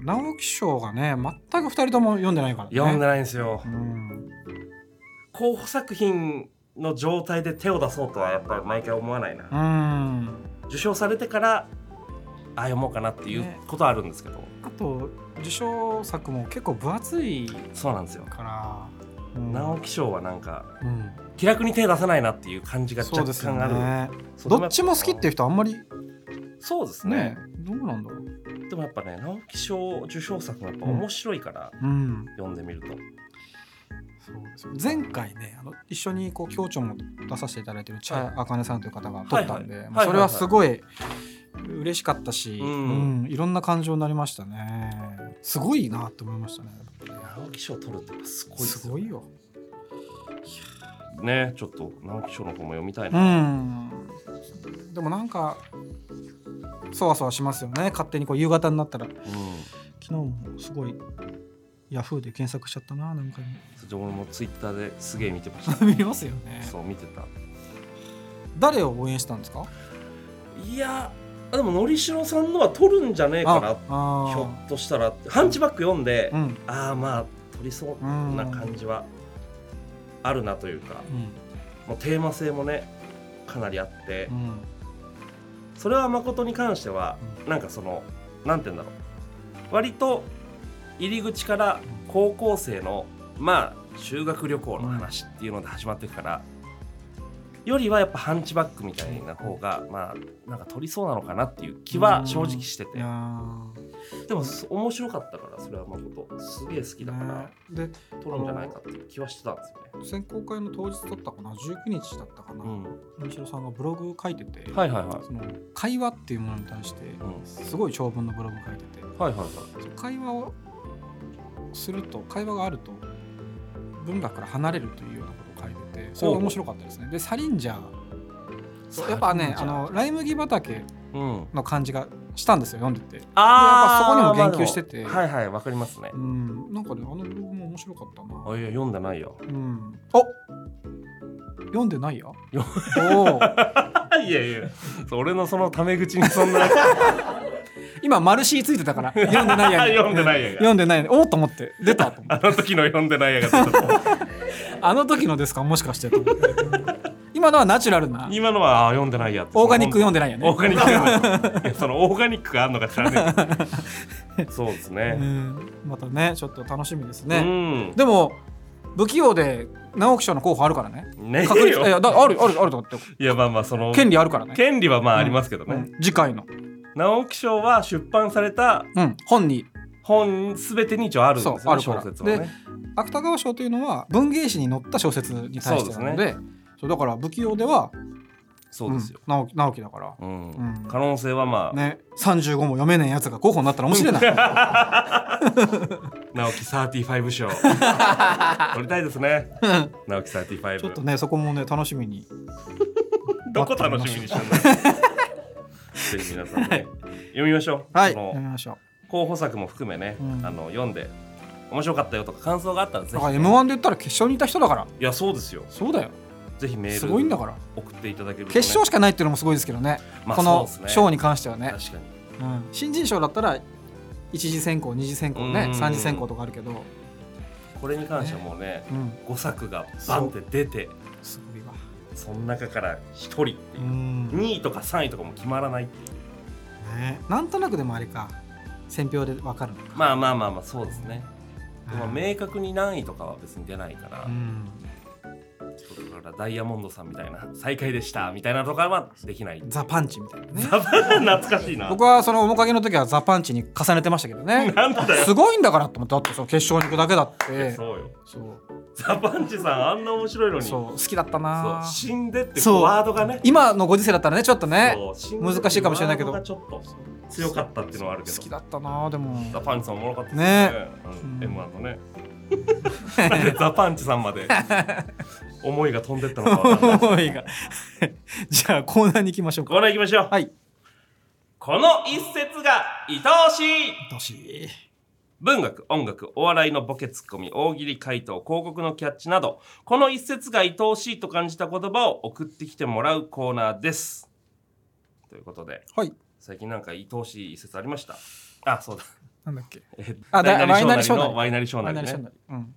直木賞がね全く2人とも読んでないからね。 読んでないんですよ、候補作品の状態で手を出そうとはやっぱり毎回思わないな。受賞されてから読もうかなっていうことはあるんですけど、 あと受賞作も結構分厚いそうなんですよから、 直木賞はなんか、気楽に手出せないなっていう感じが若干ある。 ね、どっちも好きっていう人あんまり。 そうですね。 どうなんだろう。 でもやっぱね直木賞受賞作もやっぱ面白いから、読んでみると。 そうです。前回ね一緒にこう共著も出させていただいてる茶あかねさんという方が撮ったんで、それはすごい嬉しかったし、いろんな感情になりましたね。すごいなって思いましたね。 直木賞取るってすごいですよ。 すごいよ。 ね、ちょっと直木賞の方も読みたいな。 でもなんかそわそわしますよね。勝手にこう夕方になったら、昨日もすごいヤフーで検索しちゃったな。何回も俺もツイッターですげえ見てました見ますよね。 そう見てた。 誰を応援したんですか？ いやでものりしろさんのは取るんじゃねえかな、ひょっとしたら。ハンチバック読んで、まあ取りそうな感じはあるなというか、もうテーマ性もねかなりあって、それは誠に関しては、なんかそのなんて言うんだろう、割と入り口から高校生の修学旅行の話っていうので始まっていくから、よりはやっぱハンチバックみたいな方がなんか取りそうなのかなっていう気は正直してて、でも面白かったから、それは誠すげえ好きだから、で取るんじゃないかっていう気はしてたんですよね。 選考会の当日だったかな、19日だったかな、のりしろさんがブログ書いてて、その会話っていうものに対してすごい長文のブログ書いてて、会話をすると、会話があると文学から離れるというようなことを書いてて、それが面白かったですね。でサリンジャー、やっぱねライ麦畑の感じがしたんですよ、読んでて。やっぱそこにも言及してて、 わかりますね。 なんかねブログも面白かったな。 いや読んでないよ。 読んでないよ。 いやいや、俺のそのタメ口にそんな今マルシーついてたから読んでないや読んでないや読んでない。おっと思って出たと思って、 あの時の読んでないやが出たあの時のですか、もしかしてと思って今のはナチュラルな、 今のは読んでないやって。 オーガニック読んでないやね。 オーガニック読んでないいや、そのオーガニックがあるのか知らないそうですね、 またねちょっと楽しみですね。でも不器用で直木賞の候補あるからね。確率あるとかって。 いやその権利あるからね。 権利はありますけどね。 次回の直木賞は出版された本全てに一応あるんですよね、小説はね。 で芥川賞というのは文芸誌に載った小説に対してなので、そうだから不器用ではそうですよ、 直木だから、 可能性はね、35も読めねえやつが候補になったら面白いな直木35賞取りたいですね直木35。 ちょっとねそこもね楽しみにどこ楽しみにしてんのぜひ皆さんね読みましょう。 読みましょう。 候補作も含めね、読んで面白かったよとか感想があったらぜひ、 M1 で言ったら決勝にいた人だから。 いやそうですよ。 そうだよ。 ぜひメールすごいんだから送っていただけると、ね、 決勝しかないっていうのもすごいですけどね、この賞に関してはね。 確かに、 新人賞だったら一次選考二次選考ね、三次選考とかあるけど、 これに関してはもうね、5作がバンって出て、 すごいわ。 その中から1人っていう、2位とか3位とかも決まらないっていう、 なんとなくでもあれか選票で分かるのか。 まあそうですね。でも明確に何位とかは別に出ないから、だからダイヤモンドさんみたいな最下位でしたみたいなとかはできない。 ザパンチみたいなね。 懐かしいな。 僕はその面影の時はザパンチに重ねてましたけどね。 なんだよ、 すごいんだからって思って。だってその決勝に行くだけだって。 そうよ。ザパンチさんあんな面白いのに。 そう好きだったな。 死んでってワードがね、 今のご時世だったらねちょっとね難しいかもしれないけど、 ちょっと強かったっていうのはあるけど、 好きだったな。でもザパンチさんおもろかったですね。M1 のねなんでザパンチさんまで思いが飛んでったのか分かんない思いがじゃあコーナーに行きましょうか。 コーナー行きましょう。この一節が愛おしい。 愛おしい。 文学、音楽、お笑いのボケツッコミ、大喜利回答、広告のキャッチなど、この一節が愛おしいと感じた言葉を送ってきてもらうコーナーです。ということで、最近なんか愛おしい一節ありました？そうだ、 なんだっけ、 ワイナリーのワイナリーショーナリね。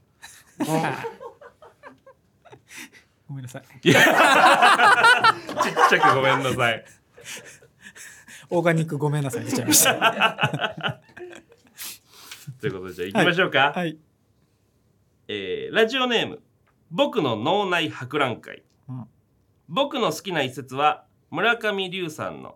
ごめんなさい。 ちっちゃくごめんなさい。 オーガニックごめんなさい出ちゃいました。 ということでじゃあ行きましょうか。 はい。 ラジオネーム僕の脳内博覧会、僕の好きな一節は村上龍さんの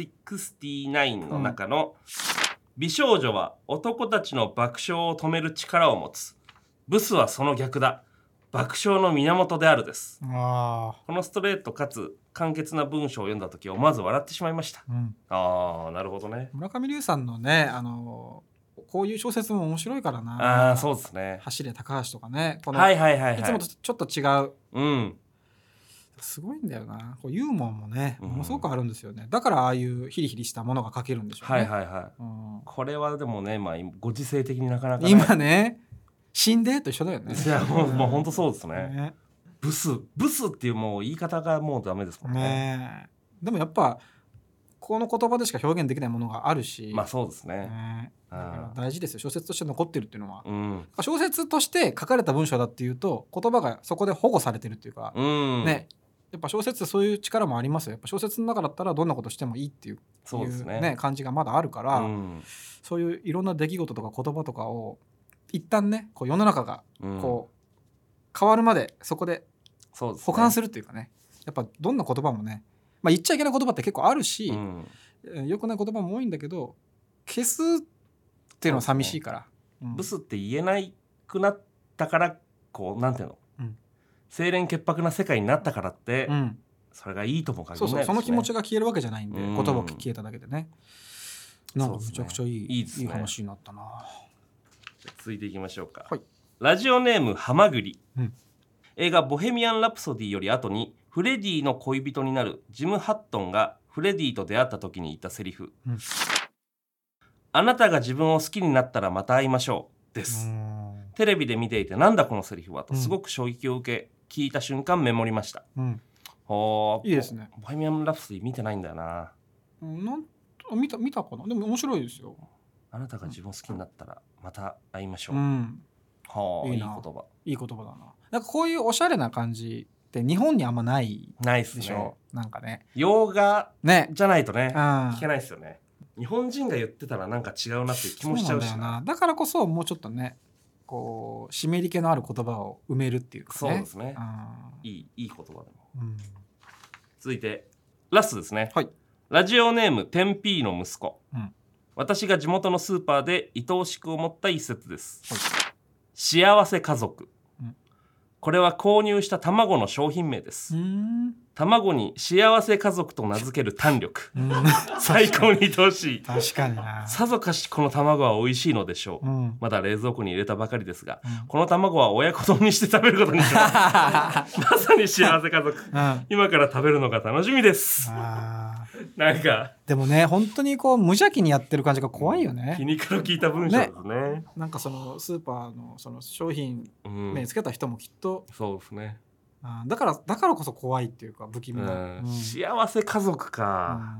69の中の、美少女は男たちの爆笑を止める力を持つ、ブスはその逆だ、爆笑の源であるです。このストレートかつ簡潔な文章を読んだ時思わず笑ってしまいました。なるほどね。 村上龍さんのねこういう小説も面白いからな。 そうですね。 走れ高橋とかね、このいつもとちょっと違う、すごいんだよな。こうユーモアもねものすごくあるんですよね。だからああいうヒリヒリしたものが書けるんでしょうね。 これはでもね、ご時世的になかなか、 今ね死んでと一緒だよね。 いやもう本当そうですね。ブスっていうもう言い方がもうダメですもんね。 でもやっぱこの言葉でしか表現できないものがあるし、 そうですね。 大事ですよ。小説として残ってるっていうのは、小説として書かれた文章だっていうと言葉がそこで保護されてるっていうか、ね、やっぱ小説ってそういう力もありますよ。やっぱ小説の中だったらどんなことしてもいいっていう、 そうですね、感じがまだあるから、そういういろんな出来事とか言葉とかを一旦ねこう世の中がこう変わるまでそこで保管するっていうかね、やっぱどんな言葉もね、言っちゃいけない言葉って結構あるし、良くない言葉も多いんだけど消すっていうのは寂しいから、 ブスって言えないくなったからこうなんていうの、清廉潔白な世界になったからって、それがいいとも限らないですね。 その気持ちが消えるわけじゃないんで、言葉が消えただけでね、なんかめちゃくちゃいい話になったな。 続いていきましょうか。ラジオネームはまぐり、映画ボヘミアン・ラプソディより後にフレディの恋人になるジム・ハットンがフレディと出会った時に言ったセリフ、あなたが自分を好きになったらまた会いましょうです。テレビで見ていてなんだこのセリフはとすごく衝撃を受け、聞いた瞬間メモりました。いいですね。 ボヘミアン・ラプソディ見てないんだよな。 見たかな。でも面白いですよ。 あなたが自分を好きになったらまた会いましょう。いい言葉。 いい言葉だな。なんかこういうおしゃれな感じって日本にあんまないでしょ。 ないっすね。なんかね。 洋画じゃないとね、聞けないですよね。日本人が言ってたらなんか違うなっていう気もしちゃうしな。 だからこそもうちょっとね、こう湿り気のある言葉を埋めるっていうかね。 そうですね。いい言葉でも。続いてラストですね。ラジオネームテンピーの息子。私が地元のスーパーで愛おしく思った一節です。幸せ家族。これは購入した卵の商品名です。卵に幸せ家族と名付ける胆力、最高に愛おしい。 確かにな。 さぞかしこの卵は美味しいのでしょう。まだ冷蔵庫に入れたばかりですが、この卵は親子丼にして食べることにします。まさに幸せ家族、今から食べるのが楽しみです。なんかでもね、本当にこう無邪気にやってる感じが怖いよね。 皮肉の効いた文章ですね。 なんかそのスーパーのその商品名つけた人もきっと、 そうですね。 だからこそ怖いっていうか不気味な、 幸せ家族か、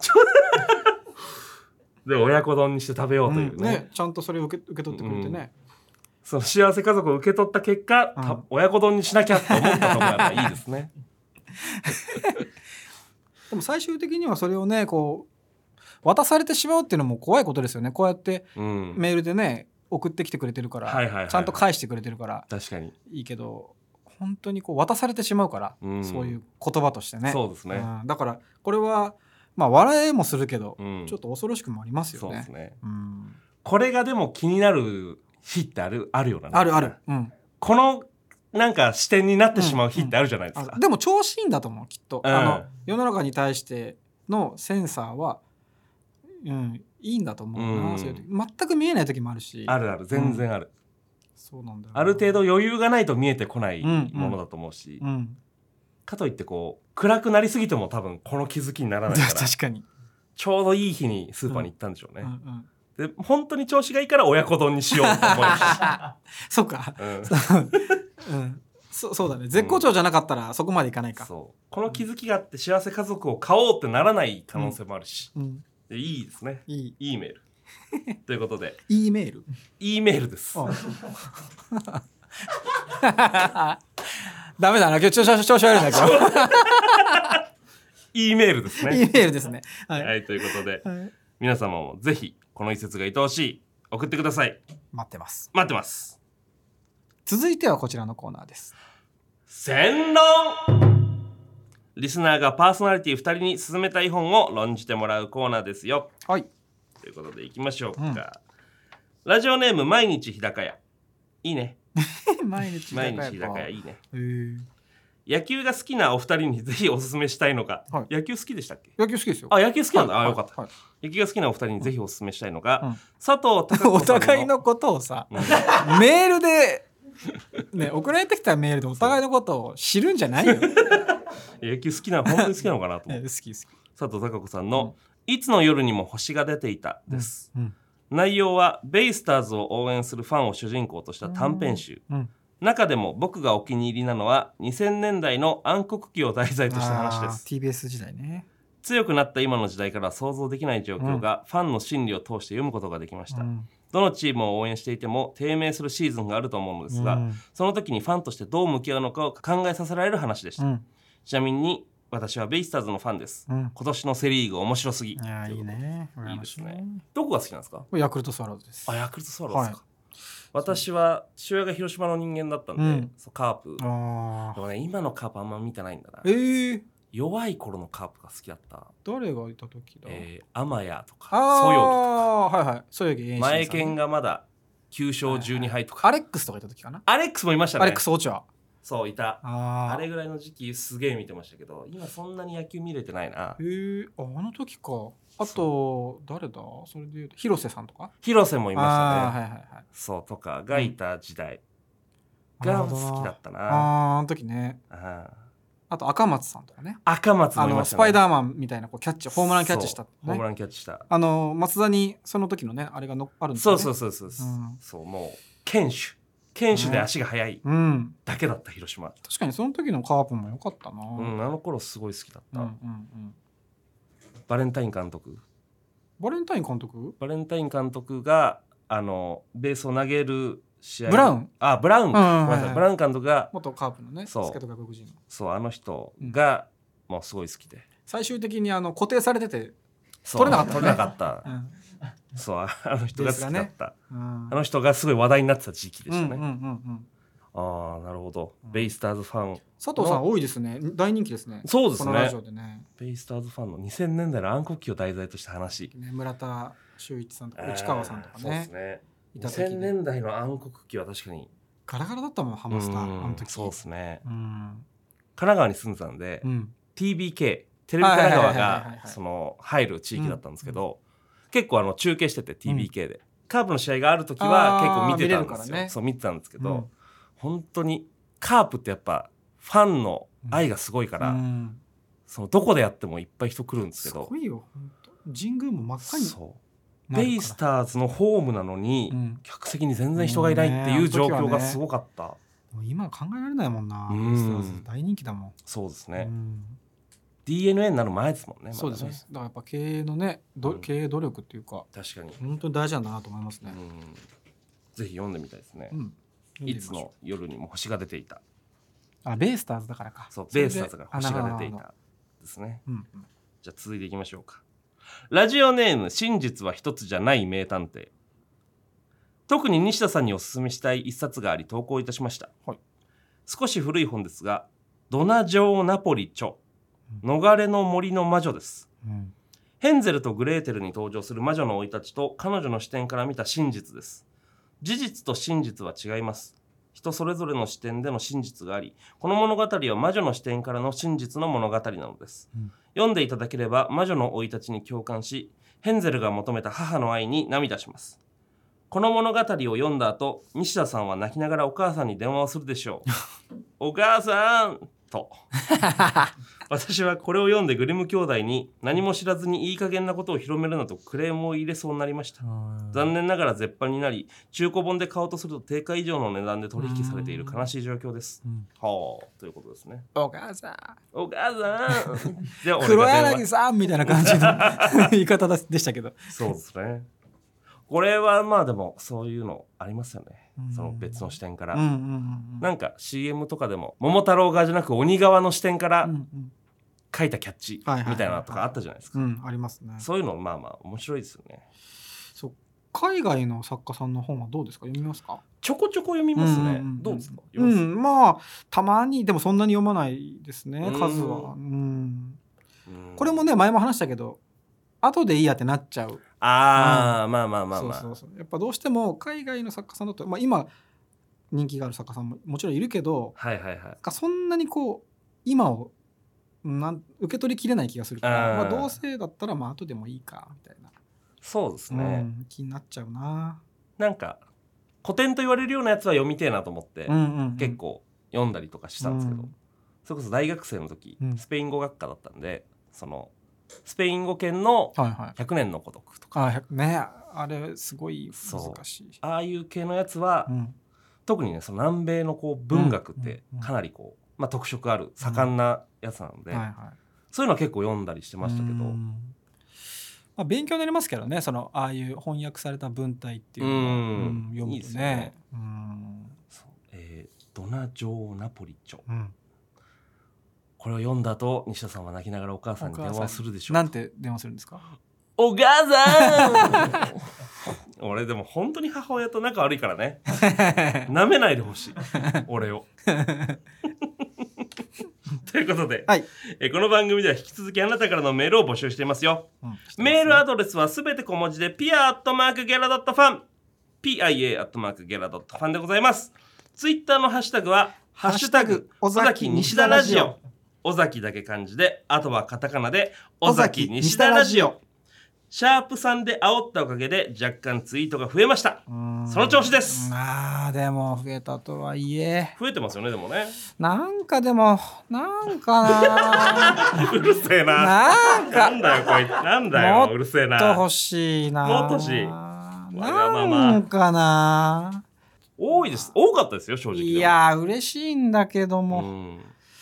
で親子丼にして食べようというね、 ちゃんとそれを受け取ってくれてね、 その幸せ家族を受け取った結果、親子丼にしなきゃと思ったところがいいですね。 でも最終的にはそれをねこう渡されてしまうっていうのも怖いことですよね。こうやってメールでね送ってきてくれてるから、ちゃんと返してくれてるから確かにいいけど、本当にこう渡されてしまうから、そういう言葉としてね。 そうですね。 だからこれは笑えもするけど、ちょっと恐ろしくもありますよね。 そうですね。これがでも気になる日ってあるよな。 ある。 このなんか視点になってしまう日ってあるじゃないですか。 でも調子いいんだと思うきっと。世の中に対してのセンサーは、いいんだと思うな。そういう時全く見えない時もあるし。 ある全然ある。 そうなんだよ。 ある程度余裕がないと見えてこないものだと思うし、かといってこう暗くなりすぎても多分この気づきにならないから確かにちょうどいい日にスーパーに行ったんでしょうね。で本当に調子がいいから親子丼にしようと思いました。 そうか、そうだね。絶好調じゃなかったらそこまでいかないか。 そうこの気づきがあって幸せ家族を買おうってならない可能性もあるし、いいですね。いいメール。 ということで E メール E メールですダメだな、今日調子悪いんだけど E メールですね。 E メールですね。 はい、はい、ということで、はい、皆様もぜひこの一節が愛おしい送ってください。 待ってます。 待ってます。 続いてはこちらのコーナーです。 戦論。リスナーがパーソナリティ2人に勧めたい本を論じてもらうコーナーですよ。 はい。 ということでいきましょうか。ラジオネーム毎日日高屋。いいね。 毎日日高屋いいね。野球が好きなお二人にぜひおすすめしたいのが、はい、野球好きでしたっけ？ 野球好きですよ。 あ、野球好きなんだ。はい、あ、よかった、はい、野球が好きなお二人にぜひおすすめしたいのが、佐藤孝子さんのお互いのことをさ、メールでね、送られてきたメールでお互いのことを知るんじゃないよ野球好きな、本当に好きなのかなと思って好き佐藤孝子さんの、いつの夜にも星が出ていたです、内容はベイスターズを応援するファンを主人公とした短編集、中でも僕がお気に入りなのは2000年代の暗黒期を題材とした話です。 TBS 時代ね。 強くなった今の時代から想像できない状況がファンの心理を通して読むことができました、どのチームを応援していても低迷するシーズンがあると思うのですが、その時にファンとしてどう向き合うのかを考えさせられる話でした、ちなみに私はベイスターズのファンです、今年のセリーグ面白すぎ。いや、いいね。 いいですね。どこが好きなんですか？ ヤクルトスワローズです。 あ、ヤクルトスワローズですか、私は父親が広島の人間だったんで、カープ。でもね、今のカープあんま見てないんだな。弱い頃のカープが好きだった。 誰がいた時だ？ 天谷とかそよぎとか。 はいはい。そよぎ、 前剣がまだ9勝12敗とか。 アレックスとかいた時かな。 アレックスもいましたね。 アレックスオチャ。 そういた。あれぐらいの時期すげえ見てましたけど、今そんなに野球見れてないな。 あの時か。あと誰だ？それで言うと広瀬さんとか？ 広瀬もいましたね。そうとかがいた時代が好きだったな。 あの時ね。あと赤松さんとかね。 赤松もいましたね。 スパイダーマンみたいなこうキャッチ、ホームランキャッチした、 ホームランキャッチした。 松田にその時のねあれがあるんですよね。そうもう堅守で足が速いだけだった広島。 確かにその時のカープも良かったな。 あの頃すごい好きだった。バレンタイン監督がベースを投げる試合、ブラウンブラウン監督が元カープのね、助っ人外国人の、 そうあの人がもうすごい好きで、 最終的に固定されてて取れなかった、 そうあの人が好きだった、あの人がすごい話題になってた時期でしたね。ああ、なるほど。ベイスターズファン佐藤さん多いですね。大人気ですね。 そうですね。 このラジオでね。 ベイスターズファンの2000年代の暗黒期を題材とした話、 村田修一さんとか内川さんとかね。 そうですね。2000年代の暗黒期は確かにガラガラだったもん、ハマスター。あの時そうですね。神奈川に住んでたんで、TBK テレビ神奈川がその入る地域だったんですけど、結構中継してて TBK でカープの試合がある時は結構見てたんですよ。そう見てたんですけど、本当にカープってやっぱファンの愛がすごいから、そのどこでやってもいっぱい人来るんですけど、 すごいよ本当。神宮も真っ赤に。 ベイスターズのホームなのに、客席に全然人がいないっていう状況がすごかった。 今考えられないもんな。ベイスターズ大人気だもん。 そうですね。DNA になる前ですもんね。 そうです。だからやっぱ経営のね、経営努力っていうか、 確かに本当に大事なんだなと思いますね。 ぜひ読んでみたいですね。いつの夜にも星が出ていた。 ベイスターズだからか。 そう、ベイスターズが星が出ていたですね。じゃあ続いていきましょうか。ラジオネーム真実は一つじゃない名探偵。特に西田さんにおすすめしたい一冊があり投稿いたしました、少し古い本ですが、ドナ・ジョー・ナポリ著逃れの森の魔女です、ヘンゼルとグレーテルに登場する魔女の生い立ちと彼女の視点から見た真実です。事実と真実は違います。人それぞれの視点での真実があり、この物語は魔女の視点からの真実の物語なのです、読んでいただければ魔女の生い立ちに共感し、ヘンゼルが求めた母の愛に涙します。この物語を読んだ後、西田さんは泣きながらお母さんに電話をするでしょうお母さんと私はこれを読んでグリム兄弟に何も知らずにいい加減なことを広めるなとクレームを入れそうになりました。残念ながら絶版になり、中古本で買おうとすると定価以上の値段で取引されている悲しい状況です、はあ、ということですね。 お母さんじゃあ黒柳さんみたいな感じの言い方でしたけどそうですね。 これはまあでもそういうのありますよね、その別の視点から、なんか CM とかでも桃太郎側じゃなく鬼側の視点から書いたキャッチみたいなのとかあったじゃないですか。 ありますね。 そういうのまあまあ面白いですよね。 そう、海外の作家さんの本はどうですか？読みますか？ ちょこちょこ読みますね。どうですか？ まあたまに、でもそんなに読まないですね、数は。これもね前も話したけど後でいいやってなっちゃう。 まあそうやっぱどうしても海外の作家さんだと、今人気がある作家さんももちろんいるけど、そんなにこう今を受け取りきれない気がするから、どうせだったら後でもいいかみたいな。 そうですね、 気になっちゃうな。 なんか古典と言われるようなやつは読みてえなと思って、結構読んだりとかしたんですけど、それこそ大学生の時、スペイン語学科だったんで、そのスペイン語圏の100年の孤独とか、 あれすごい難しい。 ああいう系のやつは、特にねその南米のこう文学ってかなりこう、特色ある盛んなやつなので、そういうのは結構読んだりしてましたけど、 勉強になりますけどね、ああいう翻訳された文体っていうのを読むとね。いいですね。 ドナ・ジョー・ナポリチョ、これを読んだ後西田さんは泣きながらお母さんに電話するでしょう。 なんて電話するんですか？ お母さん俺でも本当に母親と仲悪いからね舐めないでほしい俺をということで、この番組では引き続きあなたからのメールを募集していますよ。メールアドレスはすべて小文字で pia@gera.fun pia@gera.fun でございます。ツイッターのハッシュタグはハッシュタグ尾崎西田ラジオ、尾崎だけ漢字で、あとはカタカナで尾崎西田ラジオ。シャープ3で煽ったおかげで若干ツイートが増えました。その調子です。 でも増えたとはいえ増えてますよね。でもね、 なんかなうるせえな。なんだよこいつ、なんだようるせえな。 もっと欲しいな。 もっと欲しい。 なんかな。 多かったですよ正直。 いや嬉しいんだけども、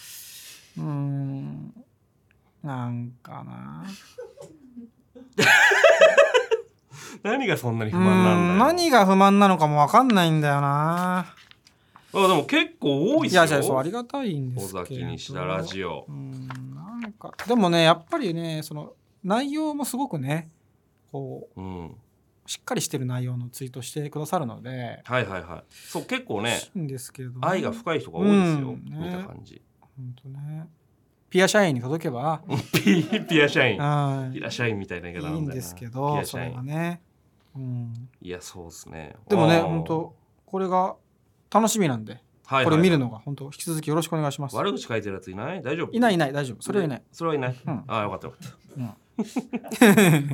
なんかな何がそんなに不満なんだよ。 何が不満なのかも分かんないんだよな。 でも結構多いっすよ。 いやそうありがたいんですけど、 尾崎西田ラジオ。 なんかでもねやっぱりねその内容もすごくねこう、しっかりしてる内容のツイートしてくださるので、 そう結構ねいいんですけど、 愛が深い人が多いですよ、見た感じ。 本当ね。ピア社員に届けばピア社員ピア社員みたいな言い方なんだよな。 いいんですけど、それはね、 いやそうですね。 でもね本当これが楽しみなんで、これ見るのが本当引き続きよろしくお願いします。 悪口書いてるやついない？大丈夫？ いない大丈夫。それはいない。 それはいない。よかったよかった。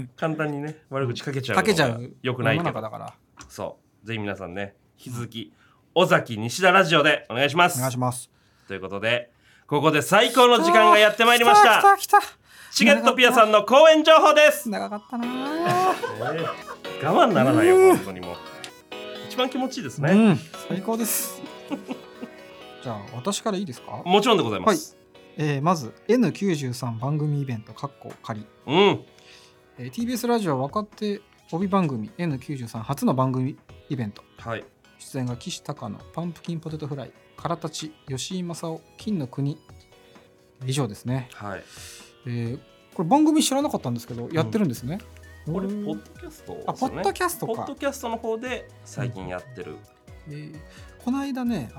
簡単にね悪口かけちゃうよくないけど、そうぜひ皆さんね引き続き尾崎西田ラジオでお願いします。 お願いします。 ということでここで最高の時間がやってまいりました。チゲットピアさんの公演情報です。 長かったな、 我慢ならないよ本当に。もう一番気持ちいいですね、 最高ですじゃあ私からいいですか？ もちろんでございます。 まず N93 番組イベント仮、TBS ラジオ若手帯番組 N93 初の番組イベント、出演が岸高野、パンプキンポテトフライ、からたち、吉井正夫、金の国、以上ですね。これ番組知らなかったんですけど、やってるんですね。 これポッドキャストですね。 ポッドキャストか。 ポッドキャストの方で最近やってる。 この間ね、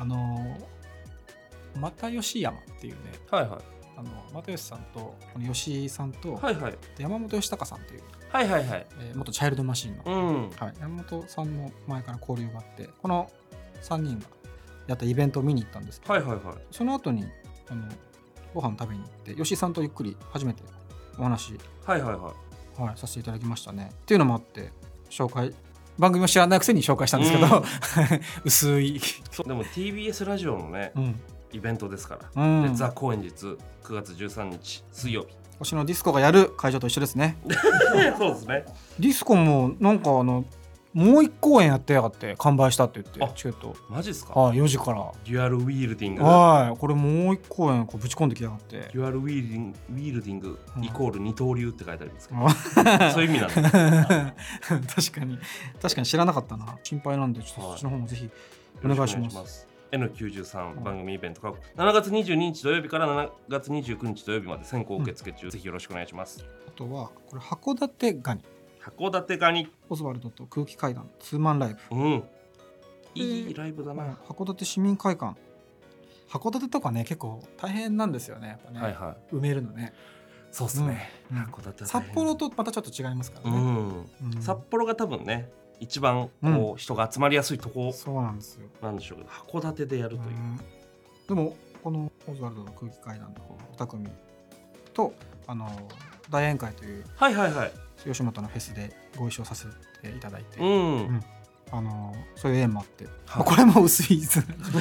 又吉山っていうね、又吉さんと吉井さんと、山本義隆さんっていう、元チャイルドマシーンの、山本さんの前から交流があって、この3人がやったイベントを見に行ったんですけど、その後にご飯食べに行って吉井さんとゆっくり初めてお話させていただきましたね。っていうのもあって番組を知らないくせに紹介したんですけど、薄い。 でも TBS ラジオのね、イベントですから、でザ・高円寺9月13日水曜日、 星野ディスコがやる会場と一緒ですね。 そうですね。 ディスコもなんかもう1公演やってやがって完売したって言ってチケット。 マジですか。 4時からデュアルウィールディング。 これもう1公演こうぶち込んできやがって。 デュアルウィールディングイコール二刀流って書いてありますけど、そういう意味なんだ。 確かに知らなかったな。心配なんでちょっとそっちの方もぜひお願いします。 N93 番組イベントが7月22日土曜日から7月29日土曜日まで先行受付中、ぜひよろしくお願いします。 あとはこれ函館ガニオズワルドと空気階段ツーマンライブ、 いいライブだな。 函館市民会館。函館とかね結構大変なんですよね、やっぱね、埋めるのね。 そうですね、函館札幌とまたちょっと違いますからね。 札幌が多分ね一番こう人が集まりやすいとこなんでしょうけど、函館でやるという、 でもこのオズワルドの空気階段の2組と大宴会という吉本のフェスでご一緒させていただいて、そういう縁もあって、これも薄い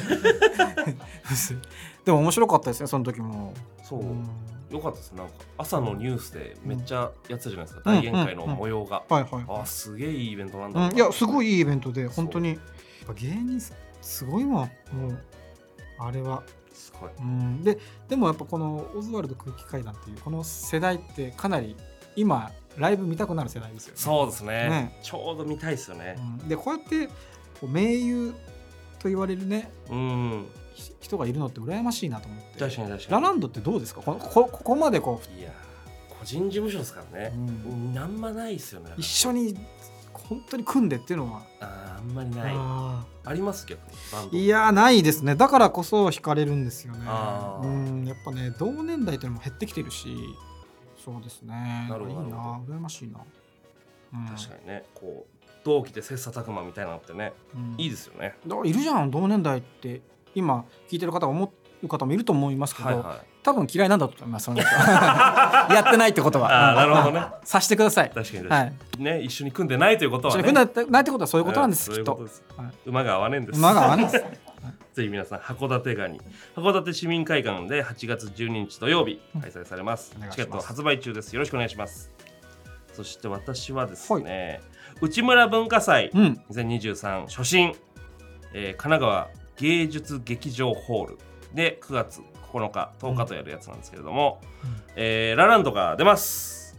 でも面白かったですね、その時も。 そうよかったです。なんか朝のニュースでめっちゃやってたじゃないですか、大宴会の模様が。すげえいいイベントなんだ。 いやすごいいいイベントで、本当にやっぱ芸人すごいもん、もうあれはすごい。 でもやっぱこのオズワルド空気階段っていうこの世代ってかなり今ライブ見たくなる世代ですよね。 そうですね、ちょうど見たいですよね。 でこうやって盟友と言われるね、人がいるのって羨ましいなと思って。 確かにラランドってどうですか、ここまでこう。 いや個人事務所ですからね、なんまないですよね。 一緒に本当に組んでっていうのはあんまりない。ありますけど、バンド。 いやないですね。だからこそ惹かれるんですよね。やっぱね同年代というのも減ってきてるし。そうですね。なるほど。いいな、羨ましいな。 確かにね、こう同期で切磋琢磨みたいなのってね、いいですよね。 いるじゃん同年代って。今聞いてる方が思う方もいると思いますけど、多分嫌いなんだと思います。やってないってことは。 なるほどね。 さしてください。 確かにね、一緒に組んでないということはね。 一緒に組んでないってことはそういうことなんです。きっと馬が合わねえんです。 馬が合わねえです。 ぜひ皆さん函館ガニ函館市民会館で8月12日土曜日開催されます。チケット発売中です。よろしくお願いします。そして私はですね、内村文化祭2023初心、神奈川芸術劇場ホールで9月9日10日とやるやつなんですけれども、ラランドが出ます。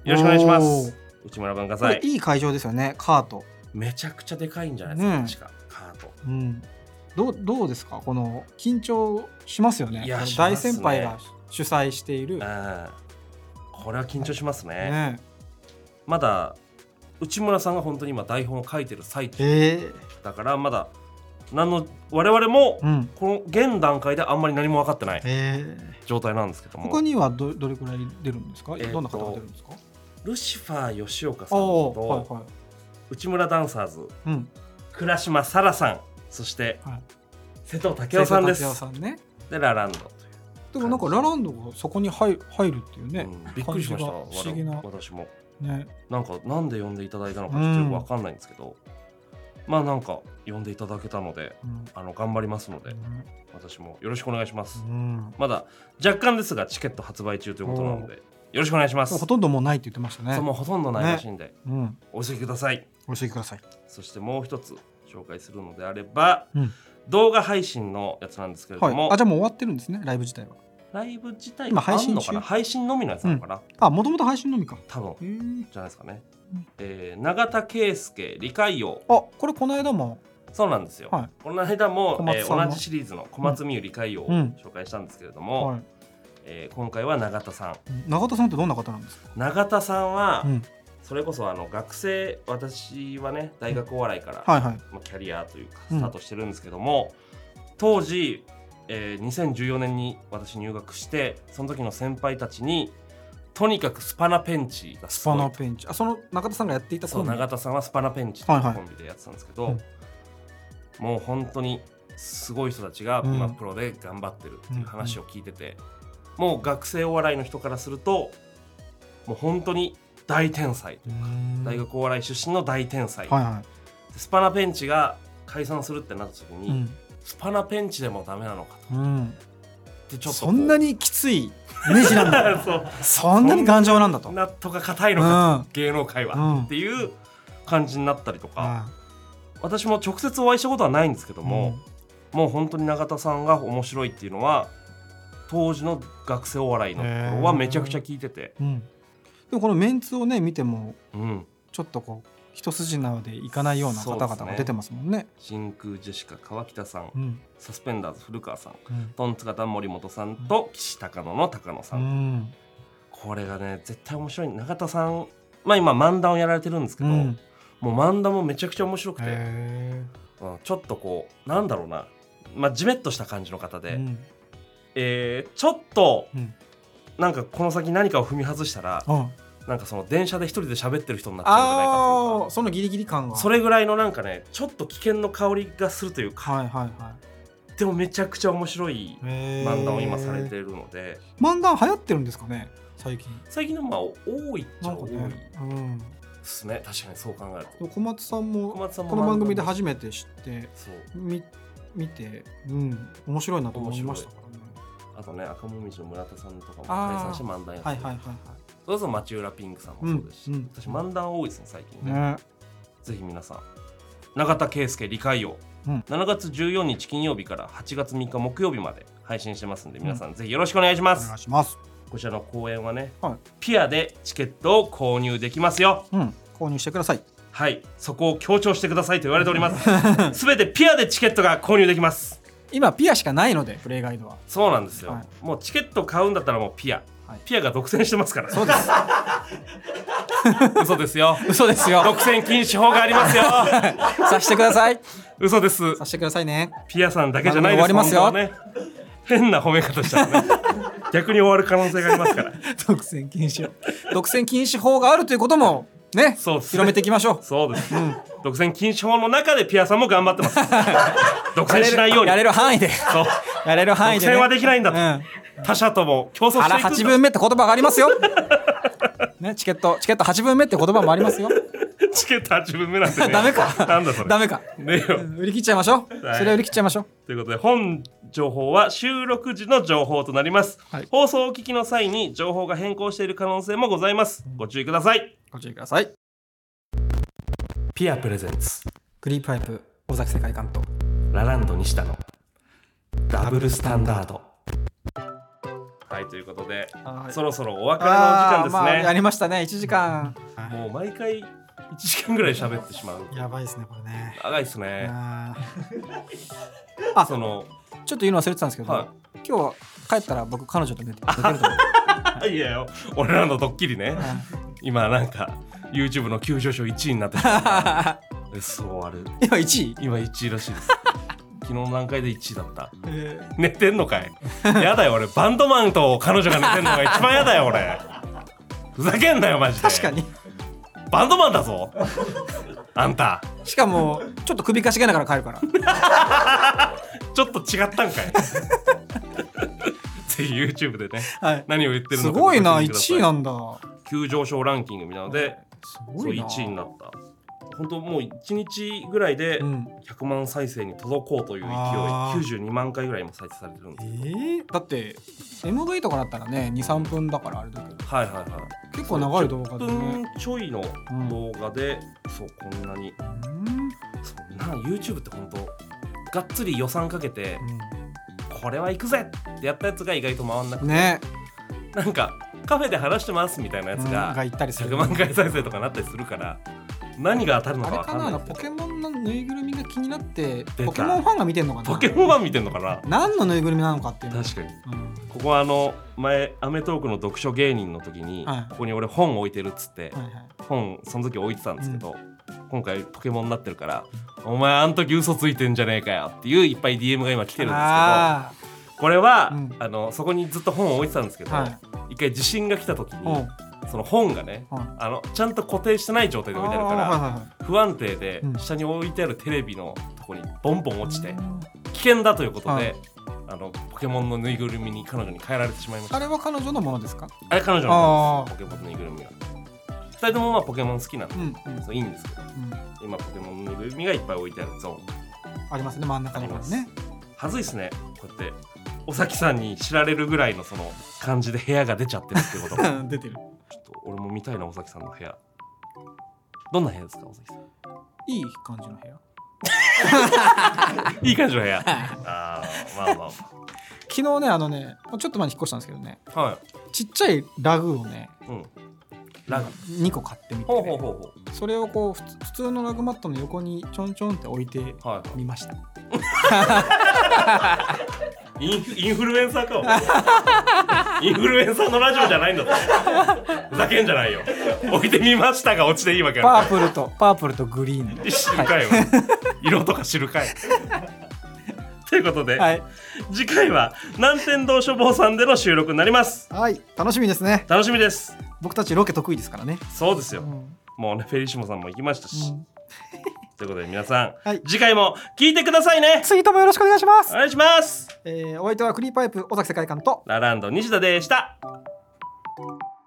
よろしくお願いします。内村文化祭いい会場ですよね。カートめちゃくちゃでかいんじゃないですか、確かカート。 どうですか、この緊張しますよね。大先輩が主催している。 これは緊張しますね。まだ内村さんが本当に今台本を書いてる最中だから、まだ我々もこの現段階であんまり何も分かってない状態なんですけども。 他にはどれくらい出るんですか。どんな方が出るんですか。 ルシファー吉岡さんと内村ダンサーズ、倉島沙羅さん、そして瀬戸武夫さんです。でラランドという。 でもなんかラランドがそこに入るっていうね、 びっくりしました。 不思議な。 私もなんで呼んでいただいたのかちょっとよく分かんないんですけど、まあなんか呼んでいただけたので、頑張りますので、私もよろしくお願いします。まだ若干ですがチケット発売中ということなのでよろしくお願いします。 ほとんどもうないって言ってましたね。 もうほとんどないらしいんで、お急ぎください。 お急ぎください。 そしてもう一つ紹介するのであれば、動画配信のやつなんですけれども、 じゃあもう終わってるんですね、ライブ自体は。 ライブ自体はあんのかな。配信のみのやつなのかな。もともと配信のみか多分じゃないですかね。永田圭介理解王。 これこの間も。 そうなんですよ、この間も同じシリーズの小松美優理解王を紹介したんですけれども、今回は永田さん。 永田さんってどんな方なんですか。 永田さんはそれこそ学生、私はね大学お笑いからキャリアというかスタートしてるんですけども、当時2014年に私入学して、その時の先輩たちにとにかくスパナペンチがすごい。スパナペンチ、その永田さんがやっていたコンビ。永田さんはスパナペンチというコンビでやってたんですけど、もう本当にすごい人たちが今プロで頑張ってるっていう話を聞いてて、もう学生お笑いの人からするともう本当に大天才というか、大学お笑い出身の大天才、スパナペンチが解散するってなった時に、スパナペンチでもダメなのかと、 でちょっとそんなにきついイメージなんだそんなに頑丈なんだと、 ナットが硬いのかと、芸能界は、っていう感じになったりとか、 私も直接お会いしたことはないんですけども、もう本当に永田さんが面白いっていうのは当時の学生お笑いの頃はめちゃくちゃ聞いてて、 でもこのメンツをね見ても、ちょっとこう一筋縄でいかないような方々が出てますもんね。 真空ジェシカ川北さん、サスペンダーズ古川さん、トンツカタン森本さんと岸高野の高野さん、これがね絶対面白い。永田さん、今漫談をやられてるんですけど、もう漫談もめちゃくちゃ面白くて、ちょっとこうなんだろうな、ジメッとした感じの方で、ちょっと、なんかこの先何かを踏み外したら、なんかその電車で一人で喋ってる人になっちゃうんじゃないかというか、 そのギリギリ感がそれぐらいのなんかねちょっと危険の香りがするというか、でもめちゃくちゃ面白い漫談を今されているので。 漫談流行ってるんですかね最近の多いっちゃ多いですね。確かにそう考えると小松さんもこの番組で初めて知って見て、面白いなと思いましたからね。 あとね赤もみじの村田さんとかも解散して漫談やってる、それこそ町浦ピンクさんもそうですし、私漫談多いですね最近ね。ぜひ皆さん永田圭介理解王、7月14日金曜日から8月3日木曜日まで配信してますんで、皆さんぜひよろしくお願いします。 お願いします。 こちらの公演はね、ピアでチケットを購入できますよ。 購入してください。 はい、そこを強調してくださいと言われております。すべてピアでチケットが購入できます。 今ピアしかないのでプレイガイドは。 そうなんですよ、もうチケット買うんだったらもうピアが独占してますから。 そうです嘘ですよ。 嘘ですよ。 独占禁止法がありますよ。 さしてください。 嘘です。 さしてくださいね。 ピアさんだけじゃないです。終わりますよ。変な褒め方したらね逆に終わる可能性がありますから。 独占禁止法があるということもね、広めていきましょう。 そうです、独占禁止法の中でピアさんも頑張ってます。独占しないようにやれる範囲で。やれる範囲で、 独占はできないんだと、他者とも競争していくんだ。 腹8分目って言葉がありますよ。ね、チケット8分目って言葉もありますよ。 チケット8分目なんてね。 ダメか。 なんだそれ。 ダメか。 ねよ。 売り切っちゃいましょう。それは売り切っちゃいましょう。 ということで本情報は収録時の情報となります。放送をお聞きの際に情報が変更している可能性もございます。ご注意ください。 ご注意ください。 ピアプレゼンツクリープハイプ尾崎世界観とラランド西田のダブルスタンダード。はい、ということで、そろそろお別れのお時間ですね。 やりましたね。1時間。 もう毎回1時間ぐらい喋ってしまう。 やばいですねこれね。 長いですね。 ちょっと言うの忘れてたんですけど、今日帰ったら僕彼女と寝てると思う。 いやよ、俺らのドッキリね。今なんか YouTube の急上昇1位になってた。そうある。 今1位？ 今1位らしいです。昨日の段階で1位だった。寝てんのかい。やだよ俺、バンドマンと彼女が寝てんのが一番やだよ俺。ふざけんなよマジで。 確かにバンドマンだぞあんた。 しかもちょっと首かしげながら帰るからちょっと違ったんかい。ぜひ YouTube でね、何を言ってるのか。 すごいな、1位なんだ。 急上昇ランキングみたいなので、そう1位になった。本当もう1日ぐらいで100万再生に届こうという勢い、92万回ぐらい今再生されてるんです。 だって MV とかだったらね 2,3 分だからあれだけど、結構長い動画でね、 10分ちょいの動画で、そうこんなに、YouTube って本当がっつり予算かけて、これは行くぜってやったやつが意外と回んなくてね、なんかカフェで話してますみたいなやつが100万回再生とかなったりするから、何が当たるのか分かんない。 あれかな、ポケモンのぬいぐるみが気になってポケモンファンが見てんのかな。 ポケモンファン見てんのかな。 何のぬいぐるみなのかっていうの。 確かに、ここは前アメトークの読書芸人の時に、ここに俺本置いてるっつって、本その時置いてたんですけど、今回ポケモンになってるから、お前あん時嘘ついてんじゃねえかよっていういっぱい DM が今来てるんですけど、これは、そこにずっと本を置いてたんですけど、一回地震が来た時に、その本がね、ちゃんと固定してない状態で置いてあるから、不安定で、下に置いてあるテレビのとこにボンボン落ちて危険だということで、ポケモンのぬいぐるみに彼女に変えられてしまいました。 あれは彼女のものですか？ あれ彼女のものです。ポケモンのぬいぐるみが2人ともポケモン好きなんで、そういいんですけど、今ポケモンのぬいぐるみがいっぱい置いてあるゾーンありますね、真ん中にもね。 はずいですね、こうやって尾崎さんに知られるぐらいのその感じで部屋が出ちゃってるっていうことが出てる。 ちょっと俺も見たいな、尾崎さんの部屋。どんな部屋ですか、尾崎さん。 いい感じの部屋。 いい感じの部屋。あまあまあまあ。 昨日ねちょっと前に引っ越したんですけどね、 はい、 ちっちゃいラグをね、 ラグ 2個買ってみて、ね、それをこう普通のラグマットの横にちょんちょんって置いてみました、 インフルエンサーかインフルエンサーのラジオじゃないんだぞ。ふざけんじゃないよ。置いてみましたが落ちていいわけパープルとグリーンで知るかよ、色とか知るかい。ということで、はい、次回は南天堂書房さんでの収録になります。 はい、楽しみですね。 楽しみです。 僕たちロケ得意ですからね。 そうですよ、もうねフェリシモさんも行きましたし、ということで皆さん、はい、次回も聞いてくださいね。 ツイートもよろしくお願いします。 お願いします。 お相手はクリーパイプ尾崎世界観とラランド西田でした。